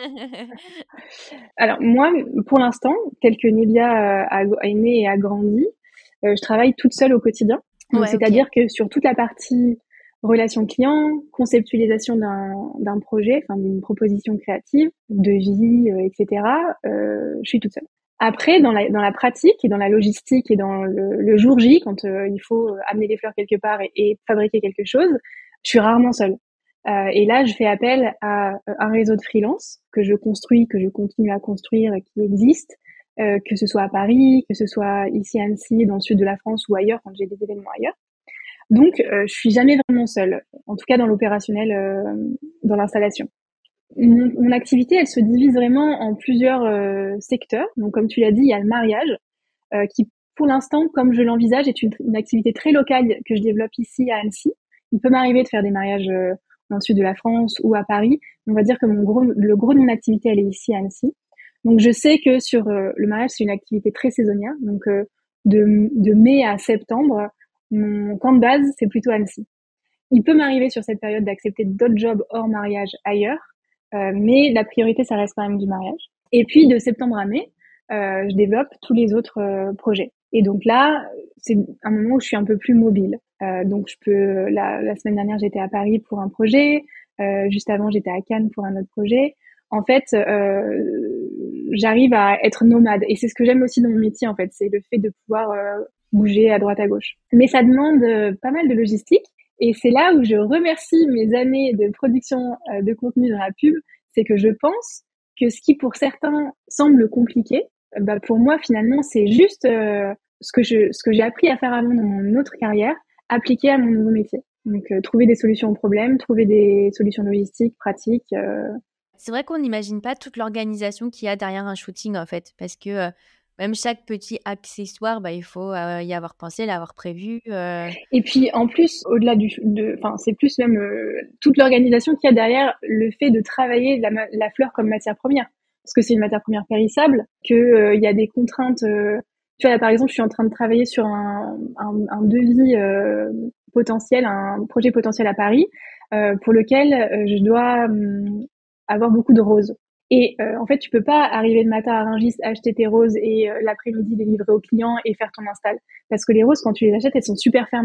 Alors moi, pour l'instant, tel que Nebia euh, a, est née et a grandi, euh, je travaille toute seule au quotidien. Donc Ouais, ok. c'est-à-dire que sur toute la partie relation client, conceptualisation d'un d'un projet, enfin d'une proposition créative, de vie, euh, et cetera, euh, je suis toute seule. Après, dans la, dans la pratique et dans la logistique et dans le, le jour J, quand euh, il faut amener les fleurs quelque part et, et fabriquer quelque chose, je suis rarement seule. Euh, et là, je fais appel à euh, un réseau de freelance que je construis, que je continue à construire, qui existe, euh, que ce soit à Paris, que ce soit ici à Annecy, dans le sud de la France ou ailleurs, quand j'ai des événements ailleurs. Donc, euh, je suis jamais vraiment seule, en tout cas dans l'opérationnel, euh, dans l'installation. Mon, mon activité, elle se divise vraiment en plusieurs euh, secteurs. Donc, comme tu l'as dit, il y a le mariage, euh, qui, pour l'instant, comme je l'envisage, est une, une activité très locale que je développe ici à Annecy. Il peut m'arriver de faire des mariages euh, dans le sud de la France ou à Paris. On va dire que mon gros, le gros de mon activité, elle est ici à Annecy. Donc, je sais que sur euh, le mariage, c'est une activité très saisonnière. Donc, euh, de, de mai à septembre, mon camp de base, c'est plutôt Annecy. Il peut m'arriver sur cette période d'accepter d'autres jobs hors mariage ailleurs, euh, mais la priorité, ça reste quand même du mariage. Et puis, de septembre à mai, euh, je développe tous les autres euh, projets. Et donc là, c'est un moment où je suis un peu plus mobile. Euh, donc, je peux. La, la semaine dernière, j'étais à Paris pour un projet. Euh, juste avant, j'étais à Cannes pour un autre projet. En fait, euh, j'arrive à être nomade. Et c'est ce que j'aime aussi dans mon métier, en fait. C'est le fait de pouvoir euh, bouger à droite à gauche. Mais ça demande euh, pas mal de logistique. Et c'est là où je remercie mes années de production euh, de contenu dans la pub. C'est que je pense que ce qui pour certains semble compliqué, bah pour moi finalement c'est juste euh, ce que je ce que j'ai appris à faire avant dans mon autre carrière appliqué à mon nouveau métier. Donc euh, trouver des solutions aux problèmes, trouver des solutions logistiques, pratiques. Euh... C'est vrai qu'on n'imagine pas toute l'organisation qu'il y a derrière un shooting en fait, parce que euh, même chaque petit accessoire, bah, il faut euh, y avoir pensé, l'avoir prévu. Euh... Et puis en plus, au-delà du, de, enfin c'est plus même euh, toute l'organisation qu'il y a derrière le fait de travailler la, la fleur comme matière première, parce que c'est une matière première périssable, que euh, il y a des contraintes. Euh, tu vois là par exemple, je suis en train de travailler sur un, un, un devis euh, potentiel, un projet potentiel à Paris, euh, pour lequel euh, je dois euh, avoir beaucoup de roses. Et euh, en fait, tu peux pas arriver le matin à Rungis, acheter tes roses et euh, l'après-midi les livrer au client et faire ton install. Parce que les roses, quand tu les achètes, elles sont super fermées.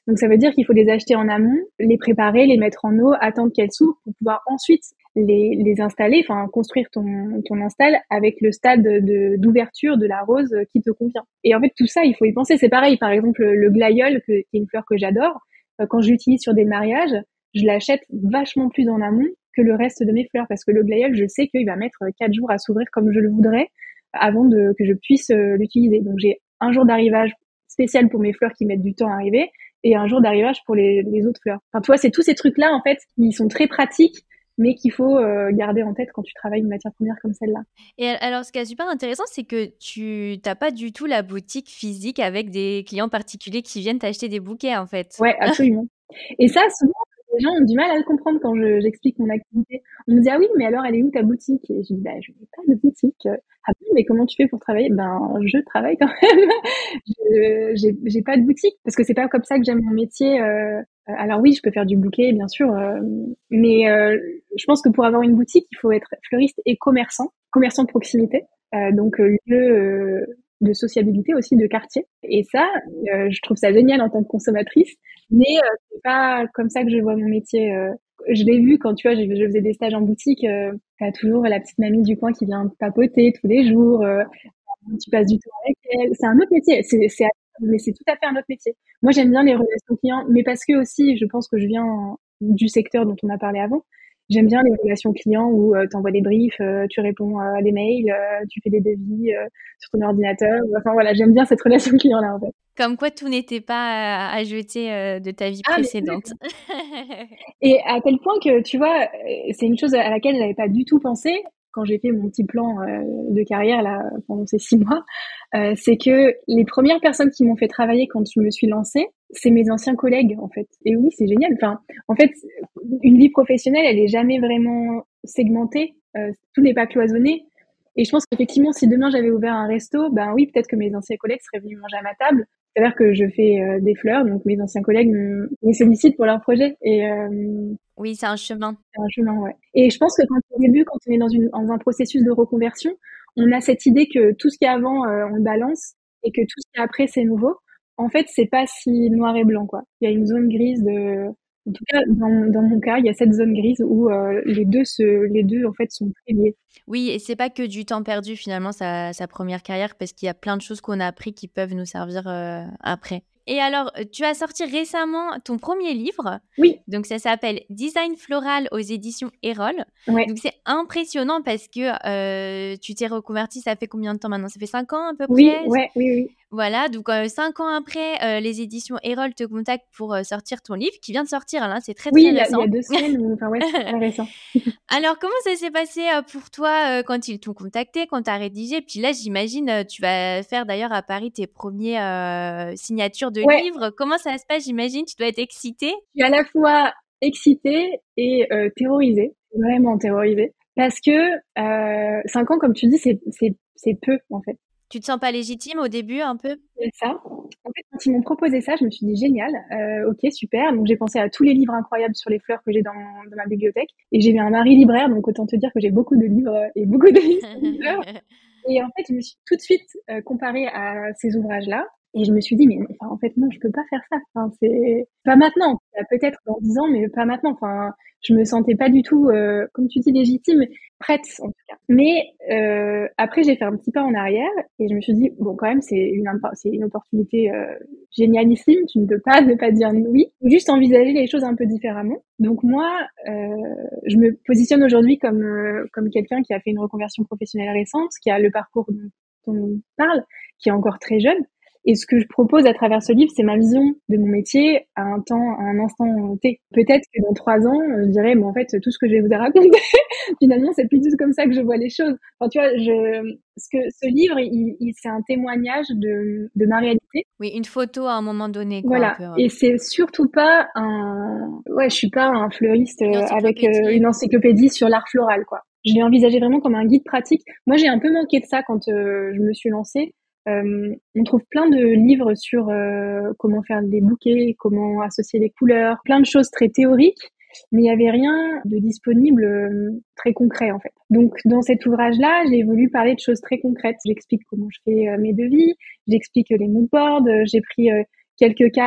Donc ça veut dire qu'il faut les acheter en amont, les préparer, les mettre en eau, attendre qu'elles s'ouvrent pour pouvoir ensuite les, les installer, enfin construire ton, ton install avec le stade de, d'ouverture de la rose qui te convient. Et en fait tout ça, il faut y penser. C'est pareil, par exemple le glaïeul, que, qui est une fleur que j'adore, quand je l'utilise sur des mariages, je l'achète vachement plus en amont que le reste de mes fleurs, parce que le glaïeul, je sais qu'il va mettre quatre jours à s'ouvrir comme je le voudrais avant de, que je puisse l'utiliser. Donc j'ai un jour d'arrivage spécial pour mes fleurs qui mettent du temps à arriver et un jour d'arrivage pour les, les autres fleurs. Enfin, tu vois, c'est tous ces trucs-là, en fait, qui sont très pratiques, mais qu'il faut euh, garder en tête quand tu travailles une matière première comme celle-là. Et alors, ce qui est super intéressant, c'est que tu n'as pas du tout la boutique physique avec des clients particuliers qui viennent t'acheter des bouquets, en fait. Ouais, absolument. Et ça, souvent, les gens ont du mal à le comprendre quand je, j'explique mon activité. On me dit, ah oui, mais alors, elle est où ta boutique? Et je dis, bah, je n'ai pas de boutique. Ah oui, mais comment tu fais pour travailler? Ben, je travaille quand même. je, j'ai, j'ai pas de boutique parce que c'est pas comme ça que j'aime mon métier. Euh, alors oui, je peux faire du bouquet, bien sûr, euh, mais euh, je pense que pour avoir une boutique, il faut être fleuriste et commerçant, commerçant de proximité. Euh, donc, lieu euh, de sociabilité aussi, de quartier. Et ça, euh, je trouve ça génial en tant que consommatrice, mais euh, c'est pas comme ça que je vois mon métier. Euh, je l'ai vu quand tu vois, je, je faisais des stages en boutique. Euh, t'as toujours la petite mamie du coin qui vient papoter tous les jours. Euh, tu passes du temps avec elle. C'est un autre métier. C'est, c'est, mais c'est tout à fait un autre métier. Moi, j'aime bien les relations clients, mais parce que aussi, je pense que je viens du secteur dont on a parlé avant. J'aime bien les relations clients où euh, tu envoies des briefs, euh, tu réponds à des mails, euh, tu fais des devis euh, sur ton ordinateur. Enfin voilà, j'aime bien cette relation client-là en fait. Comme quoi tout n'était pas à, à jeter euh, de ta vie ah, précédente. Et à tel point que, tu vois, c'est une chose à laquelle j'avais pas du tout pensé quand j'ai fait mon petit plan euh, de carrière là pendant ces six mois. Euh, c'est que les premières personnes qui m'ont fait travailler quand je me suis lancée, c'est mes anciens collègues en fait. Et oui, c'est génial. Enfin, en fait, une vie professionnelle, elle est jamais vraiment segmentée. Euh, tout n'est pas cloisonné. Et je pense qu'effectivement, si demain j'avais ouvert un resto, ben oui, peut-être que mes anciens collègues seraient venus manger à ma table. C'est-à-dire que je fais euh, des fleurs, donc mes anciens collègues me, me sollicitent pour leur projet. Et euh, oui, c'est un chemin. C'est un chemin, ouais. Et je pense que quand au début, quand on est dans, une, dans un processus de reconversion, on a cette idée que tout ce qui est avant, euh, on le balance, et que tout ce qui est après, c'est nouveau. En fait, c'est pas si noir et blanc, quoi. Il y a une zone grise de, en tout cas, dans, dans mon cas, il y a cette zone grise où euh, les deux se, les deux en fait sont très liés. Oui, et c'est pas que du temps perdu finalement sa, sa première carrière, parce qu'il y a plein de choses qu'on a appris qui peuvent nous servir euh, après. Et alors, tu as sorti récemment ton premier livre. Oui. Donc, ça s'appelle Design floral aux éditions Erol. Ouais. Donc, c'est impressionnant parce que euh, tu t'es reconvertie, ça fait combien de temps maintenant? Ça fait cinq ans à peu oui, près? Ouais, oui, oui. Voilà, donc euh, cinq ans après, euh, les éditions Erol te contactent pour euh, sortir ton livre, qui vient de sortir, hein, c'est très, oui, très récent. Oui, il y a deux semaines, enfin ouais, c'est très récent. Alors, comment ça s'est passé euh, pour toi euh, quand ils t'ont contacté, quand tu as rédigé? Puis là, j'imagine, euh, tu vas faire d'ailleurs à Paris tes premiers euh, signatures de ouais. livres. Comment ça se passe, j'imagine? Tu dois être excitée? Je suis à la fois excitée et euh, terrorisée, vraiment terrorisée. Parce que euh, cinq ans, comme tu dis, c'est, c'est, c'est peu, en fait. Tu te sens pas légitime au début, un peu? C'est ça. En fait, quand ils m'ont proposé ça, je me suis dit génial, euh, ok, super. Donc j'ai pensé à tous les livres incroyables sur les fleurs que j'ai dans, dans ma bibliothèque. Et j'ai eu un mari libraire, donc autant te dire que j'ai beaucoup de livres et beaucoup de livres sur les fleurs. Et en fait, je me suis tout de suite euh, comparée à ces ouvrages-là. Et je me suis dit, mais enfin, en fait, non, je peux pas faire ça. Enfin, c'est pas maintenant. Peut-être dans dix ans, mais pas maintenant. Enfin, je me sentais pas du tout, euh, comme tu dis, légitime, prête en tout cas. Mais euh, après, j'ai fait un petit pas en arrière et je me suis dit, bon, quand même, c'est une, c'est une opportunité euh, génialissime. Tu ne peux pas ne pas dire oui. Faut juste envisager les choses un peu différemment. Donc moi, euh, je me positionne aujourd'hui comme euh, comme quelqu'un qui a fait une reconversion professionnelle récente, qui a le parcours dont, dont on parle, qui est encore très jeune. Et ce que je propose à travers ce livre, c'est ma vision de mon métier à un temps, à un instant T. Peut-être que dans trois ans, je dirais, mais en fait, tout ce que je vais vous raconter, finalement, c'est plus du tout comme ça que je vois les choses. Enfin, tu vois, je, ce que, ce livre, il, il, c'est un témoignage de, de ma réalité. Oui, une photo à un moment donné, quoi. Voilà. Un peu, hein. Et c'est surtout pas un, ouais, je suis pas un fleuriste avec euh, une encyclopédie sur l'art floral, quoi. Je l'ai envisagé vraiment comme un guide pratique. Moi, j'ai un peu manqué de ça quand euh, je me suis lancée. Euh, on trouve plein de livres sur euh, comment faire des bouquets, comment associer les couleurs, plein de choses très théoriques, mais il n'y avait rien de disponible euh, très concret en fait. Donc dans cet ouvrage-là, j'ai voulu parler de choses très concrètes. J'explique comment je fais euh, mes devis, j'explique les mood boards, j'ai pris euh, quelques cas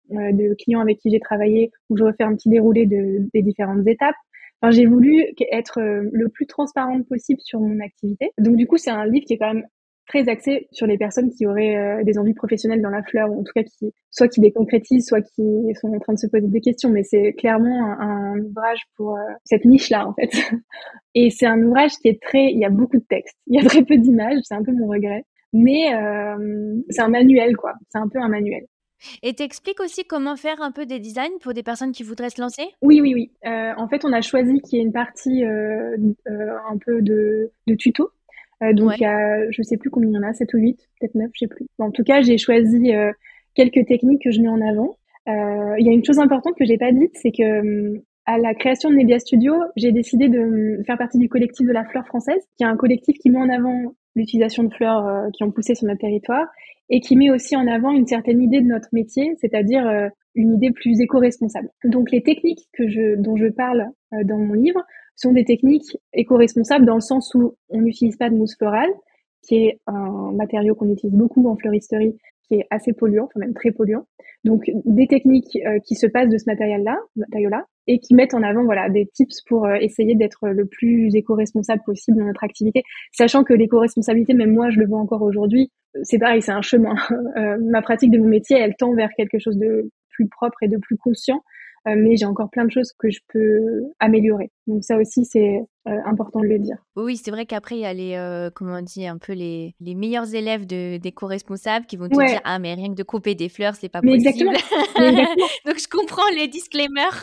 euh, de clients avec qui j'ai travaillé où je refais un petit déroulé de, des différentes étapes. Enfin, j'ai voulu être euh, le plus transparente possible sur mon activité. Donc du coup, c'est un livre qui est quand même très axé sur les personnes qui auraient euh, des envies professionnelles dans la fleur, ou en tout cas qui soit qui les concrétisent, soit qui sont en train de se poser des questions. Mais c'est clairement un, un ouvrage pour euh, cette niche-là, en fait. Et c'est un ouvrage qui est très... Il y a beaucoup de textes, il y a très peu d'images, c'est un peu mon regret. Mais euh, c'est un manuel, quoi. C'est un peu un manuel. Et t'expliques aussi comment faire un peu des designs pour des personnes qui voudraient se lancer? Oui, oui, oui. Euh, en fait, on a choisi qu'il y ait une partie euh, euh, un peu de, de tuto. Euh, donc, Ouais. il y a, je sais plus combien il y en a, sept ou huit, peut-être neuf, je sais plus. Bon, en tout cas, j'ai choisi euh, quelques techniques que je mets en avant. Euh, Il y a une chose importante que j'ai pas dite, c'est que hum, à la création de Nebia Studio, j'ai décidé de hum, faire partie du collectif de la fleur française, qui est un collectif qui met en avant l'utilisation de fleurs euh, qui ont poussé sur notre territoire et qui met aussi en avant une certaine idée de notre métier, c'est-à-dire euh, une idée plus éco-responsable. Donc, les techniques que je, dont je parle euh, dans mon livre sont des techniques éco-responsables dans le sens où on n'utilise pas de mousse florale, qui est un matériau qu'on utilise beaucoup en fleuristerie, qui est assez polluant, enfin même très polluant. Donc des techniques euh, qui se passent de ce matériel-là, matériau-là, et qui mettent en avant voilà des tips pour euh, essayer d'être le plus éco-responsable possible dans notre activité, sachant que l'éco-responsabilité, même moi je le vois encore aujourd'hui, c'est pareil, c'est un chemin. Euh, ma pratique de mon métier, elle tend vers quelque chose de plus propre et de plus conscient. Euh, mais j'ai encore plein de choses que je peux améliorer. Donc ça aussi, c'est euh, important de le dire. Oui, c'est vrai qu'après, il y a les, euh, comment on dit, un peu les, les meilleurs élèves de, d'éco-responsables qui vont te dire, Ouais, ah, mais rien que de couper des fleurs, c'est pas mais possible. exactement. Mais exactement. Donc, je comprends les disclaimers.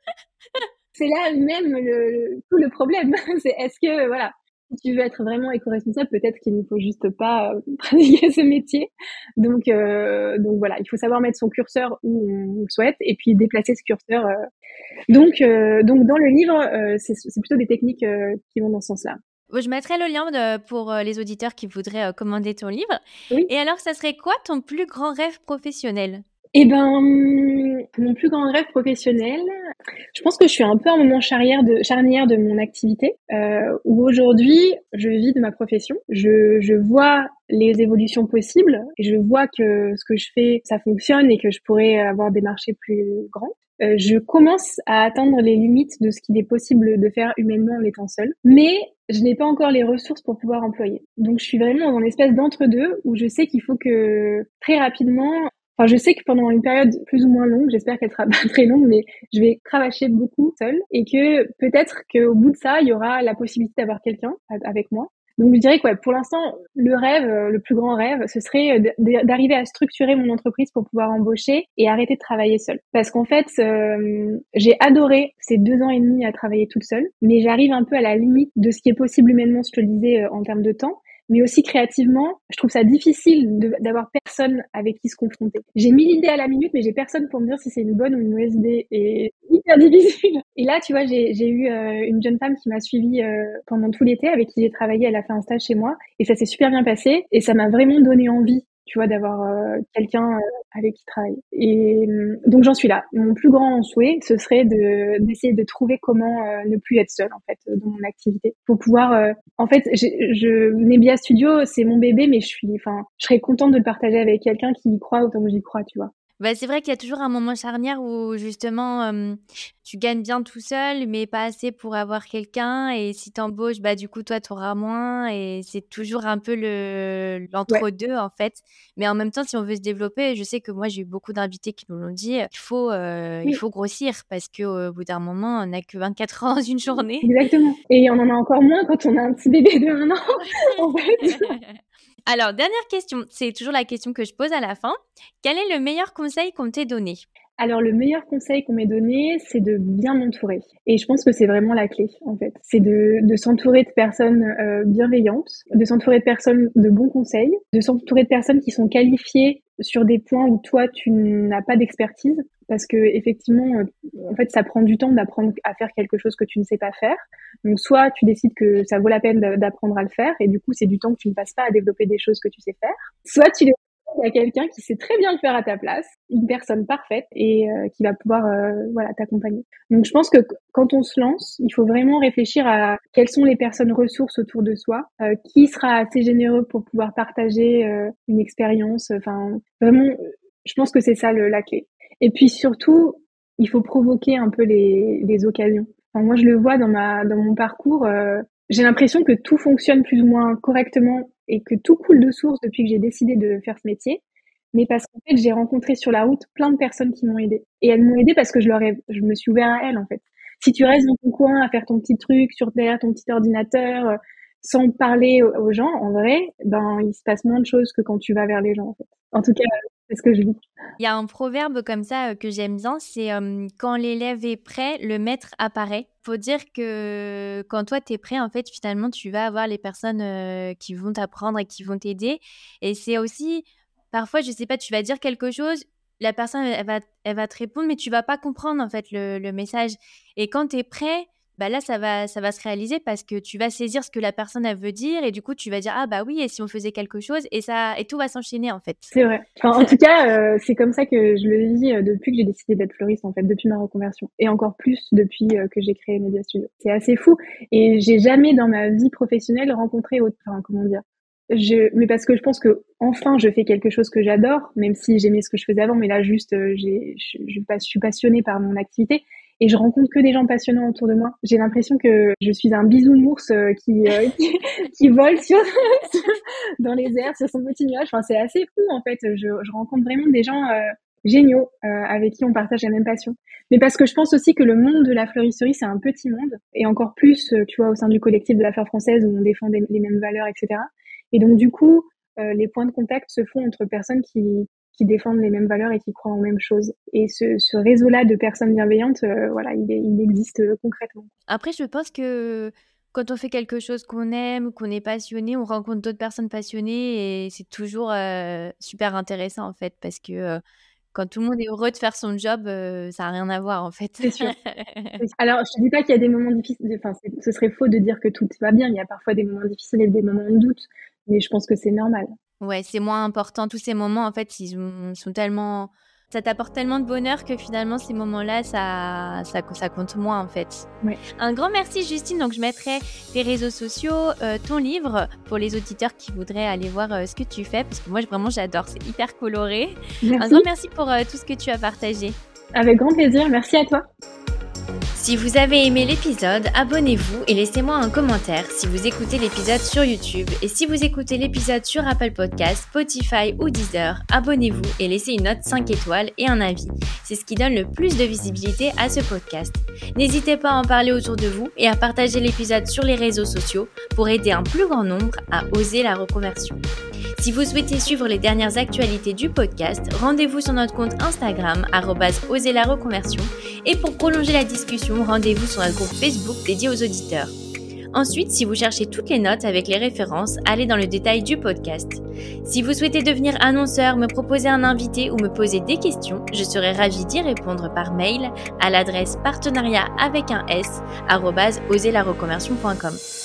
C'est là même le, tout le problème. C'est est-ce que, voilà, si tu veux être vraiment éco-responsable, peut-être qu'il ne faut juste pas euh, pratiquer ce métier. Donc, euh, donc voilà, il faut savoir mettre son curseur où on le souhaite et puis déplacer ce curseur. Euh. Donc, euh, donc dans le livre, euh, c'est, c'est plutôt des techniques euh, qui vont dans ce sens-là. Je mettrai le lien de- pour euh, les auditeurs qui voudraient euh, commander ton livre. Oui. Et alors, ça serait quoi ton plus grand rêve professionnel? Eh ben, hum, mon plus grand rêve professionnel, je pense que je suis un peu à un moment charnière de, charnière de mon activité, euh, où aujourd'hui, je vis de ma profession. Je, je vois les évolutions possibles et je vois que ce que je fais, ça fonctionne et que je pourrais avoir des marchés plus grands. Euh, je commence à atteindre les limites de ce qu'il est possible de faire humainement en étant seule, mais je n'ai pas encore les ressources pour pouvoir employer. Donc, je suis vraiment dans une espèce d'entre-deux où je sais qu'il faut que très rapidement. Enfin, je sais que pendant une période plus ou moins longue, j'espère qu'elle sera pas très longue, mais je vais cravacher beaucoup seule et que peut-être qu'au bout de ça, il y aura la possibilité d'avoir quelqu'un avec moi. Donc, je dirais que ouais, pour l'instant, le rêve, le plus grand rêve, ce serait d'arriver à structurer mon entreprise pour pouvoir embaucher et arrêter de travailler seule. Parce qu'en fait, euh, j'ai adoré ces deux ans et demi à travailler toute seule, mais j'arrive un peu à la limite de ce qui est possible humainement, je te le disais, en termes de temps. Mais aussi créativement, je trouve ça difficile de, d'avoir personne avec qui se confronter. J'ai mille idées à la minute, mais j'ai personne pour me dire si c'est une bonne ou une mauvaise idée, et hyper difficile. Et là, tu vois, j'ai, j'ai eu euh, une jeune femme qui m'a suivie euh, pendant tout l'été, avec qui j'ai travaillé, elle a fait un stage chez moi, et ça s'est super bien passé, et ça m'a vraiment donné envie, tu vois, d'avoir euh, quelqu'un euh, avec qui travailler. Et euh, donc j'en suis là. Mon plus grand souhait, ce serait de d'essayer de trouver comment euh, ne plus être seule en fait dans mon activité, pour pouvoir. Euh, en fait, j'ai, je Nebia Studio, c'est mon bébé, mais je suis, enfin, je serais contente de le partager avec quelqu'un qui y croit autant que j'y crois, tu vois. Bah, c'est vrai qu'il y a toujours un moment charnière où justement euh, tu gagnes bien tout seul, mais pas assez pour avoir quelqu'un. Et si t'embauches, bah du coup toi t'auras moins. Et c'est toujours un peu le Ouais. l'entre-deux en fait. Mais en même temps, si on veut se développer, je sais que moi j'ai eu beaucoup d'invités qui nous l'ont dit. Il faut euh, il Oui. faut grossir parce que au bout d'un moment, on n'a que vingt-quatre heures dans une journée. Exactement. Et on en a encore moins quand on a un petit bébé de un an, en fait. Alors, dernière question, c'est toujours la question que je pose à la fin. Quel est le meilleur conseil qu'on t'ait donné? Alors, le meilleur conseil qu'on m'ait donné, c'est de bien m'entourer. Et je pense que c'est vraiment la clé, en fait. C'est de, de s'entourer de personnes euh, bienveillantes, de s'entourer de personnes de bons conseils, de s'entourer de personnes qui sont qualifiées sur des points où toi, tu n'as pas d'expertise. Parce que effectivement, euh, en fait, ça prend du temps d'apprendre à faire quelque chose que tu ne sais pas faire. Donc, soit tu décides que ça vaut la peine d'apprendre à le faire, et du coup, c'est du temps que tu ne passes pas à développer des choses que tu sais faire. Soit tu les il y a quelqu'un qui sait très bien le faire à ta place, une personne parfaite et euh, qui va pouvoir euh, voilà t'accompagner. Donc je pense que quand on se lance, il faut vraiment réfléchir à quelles sont les personnes ressources autour de soi, euh, qui sera assez généreux pour pouvoir partager euh, une expérience. Enfin vraiment, je pense que c'est ça le, la clé. Et puis surtout, il faut provoquer un peu les, les occasions. Enfin, moi, je le vois dans ma, dans mon parcours. Euh, j'ai l'impression que tout fonctionne plus ou moins correctement et que tout coule de source depuis que j'ai décidé de faire ce métier. Mais parce qu'en fait, j'ai rencontré sur la route plein de personnes qui m'ont aidée. Et elles m'ont aidée parce que je leur ai, je me suis ouvert à elles, en fait. Si tu restes dans ton coin à faire ton petit truc sur derrière ton petit ordinateur, euh, sans parler aux, aux gens, en vrai, ben, il se passe moins de choses que quand tu vas vers les gens, en fait. En tout cas, c'est ce que je vis. Il y a un proverbe comme ça euh, que j'aime bien, c'est euh, quand l'élève est prêt, le maître apparaît. Faut dire que quand toi t'es prêt, en fait, finalement, tu vas avoir les personnes euh, qui vont t'apprendre et qui vont t'aider. Et c'est aussi, parfois, je sais pas, tu vas dire quelque chose, la personne, elle va, elle va te répondre, mais tu vas pas comprendre, en fait, le, le message. Et quand t'es prêt, bah là, ça va, ça va se réaliser parce que tu vas saisir ce que la personne, elle veut dire. Et du coup, tu vas dire, ah bah oui, et si on faisait quelque chose, et ça, et tout va s'enchaîner, en fait. C'est vrai. Enfin, en tout cas, euh, c'est comme ça que je le vis euh, depuis que j'ai décidé d'être fleuriste, en fait, depuis ma reconversion. Et encore plus depuis euh, que j'ai créé Media Studio. C'est assez fou. Et j'ai jamais dans ma vie professionnelle rencontré autre, enfin, comment dire. Je, mais parce que je pense que enfin je fais quelque chose que j'adore, même si j'aimais ce que je faisais avant, mais là juste, euh, j'ai, je, je, je suis passionnée par mon activité. Et je rencontre que des gens passionnants autour de moi. J'ai l'impression que je suis un bisounours euh, qui, euh, qui qui vole sur dans les airs sur son petit nuage. Enfin, c'est assez fou en fait. Je, je rencontre vraiment des gens euh, géniaux euh, avec qui on partage la même passion. Mais parce que je pense aussi que le monde de la fleuristerie c'est un petit monde et encore plus, euh, tu vois, au sein du collectif de la fleur française où on défend des, les mêmes valeurs, et cetera. Et donc du coup, euh, les points de contact se font entre personnes qui qui défendent les mêmes valeurs et qui croient en mêmes choses. Et ce, ce réseau-là de personnes bienveillantes, euh, voilà, il, il existe euh, concrètement. Après, je pense que quand on fait quelque chose qu'on aime, qu'on est passionné, on rencontre d'autres personnes passionnées et c'est toujours euh, super intéressant en fait parce que euh, quand tout le monde est heureux de faire son job, euh, ça n'a rien à voir en fait. C'est sûr. Alors, je ne dis pas qu'il y a des moments difficiles, enfin, ce serait faux de dire que tout va bien. Il y a parfois des moments difficiles et des moments de doute, mais je pense que c'est normal. Ouais, c'est moins important. Tous ces moments, en fait, ils sont tellement... Ça t'apporte tellement de bonheur que finalement, ces moments-là, ça, ça, ça compte moins, en fait. Ouais. Un grand merci, Justine. Donc, je mettrai tes réseaux sociaux, euh, ton livre, pour les auditeurs qui voudraient aller voir euh, ce que tu fais. Parce que moi, vraiment, j'adore. C'est hyper coloré. Merci. Un grand merci pour euh, tout ce que tu as partagé. Avec grand plaisir. Merci à toi. Si vous avez aimé l'épisode, abonnez-vous et laissez-moi un commentaire si vous écoutez l'épisode sur YouTube. Et si vous écoutez l'épisode sur Apple Podcasts, Spotify ou Deezer, abonnez-vous et laissez une note cinq étoiles et un avis. C'est ce qui donne le plus de visibilité à ce podcast. N'hésitez pas à en parler autour de vous et à partager l'épisode sur les réseaux sociaux pour aider un plus grand nombre à oser la reconversion. Si vous souhaitez suivre les dernières actualités du podcast, rendez-vous sur notre compte Instagram arobase oser la reconversion et pour prolonger la discussion, rendez-vous sur notre groupe Facebook dédié aux auditeurs. Ensuite, si vous cherchez toutes les notes avec les références, allez dans le détail du podcast. Si vous souhaitez devenir annonceur, me proposer un invité ou me poser des questions, je serai ravie d'y répondre par mail à l'adresse partenariat avec un s arobase oser la reconversion point com.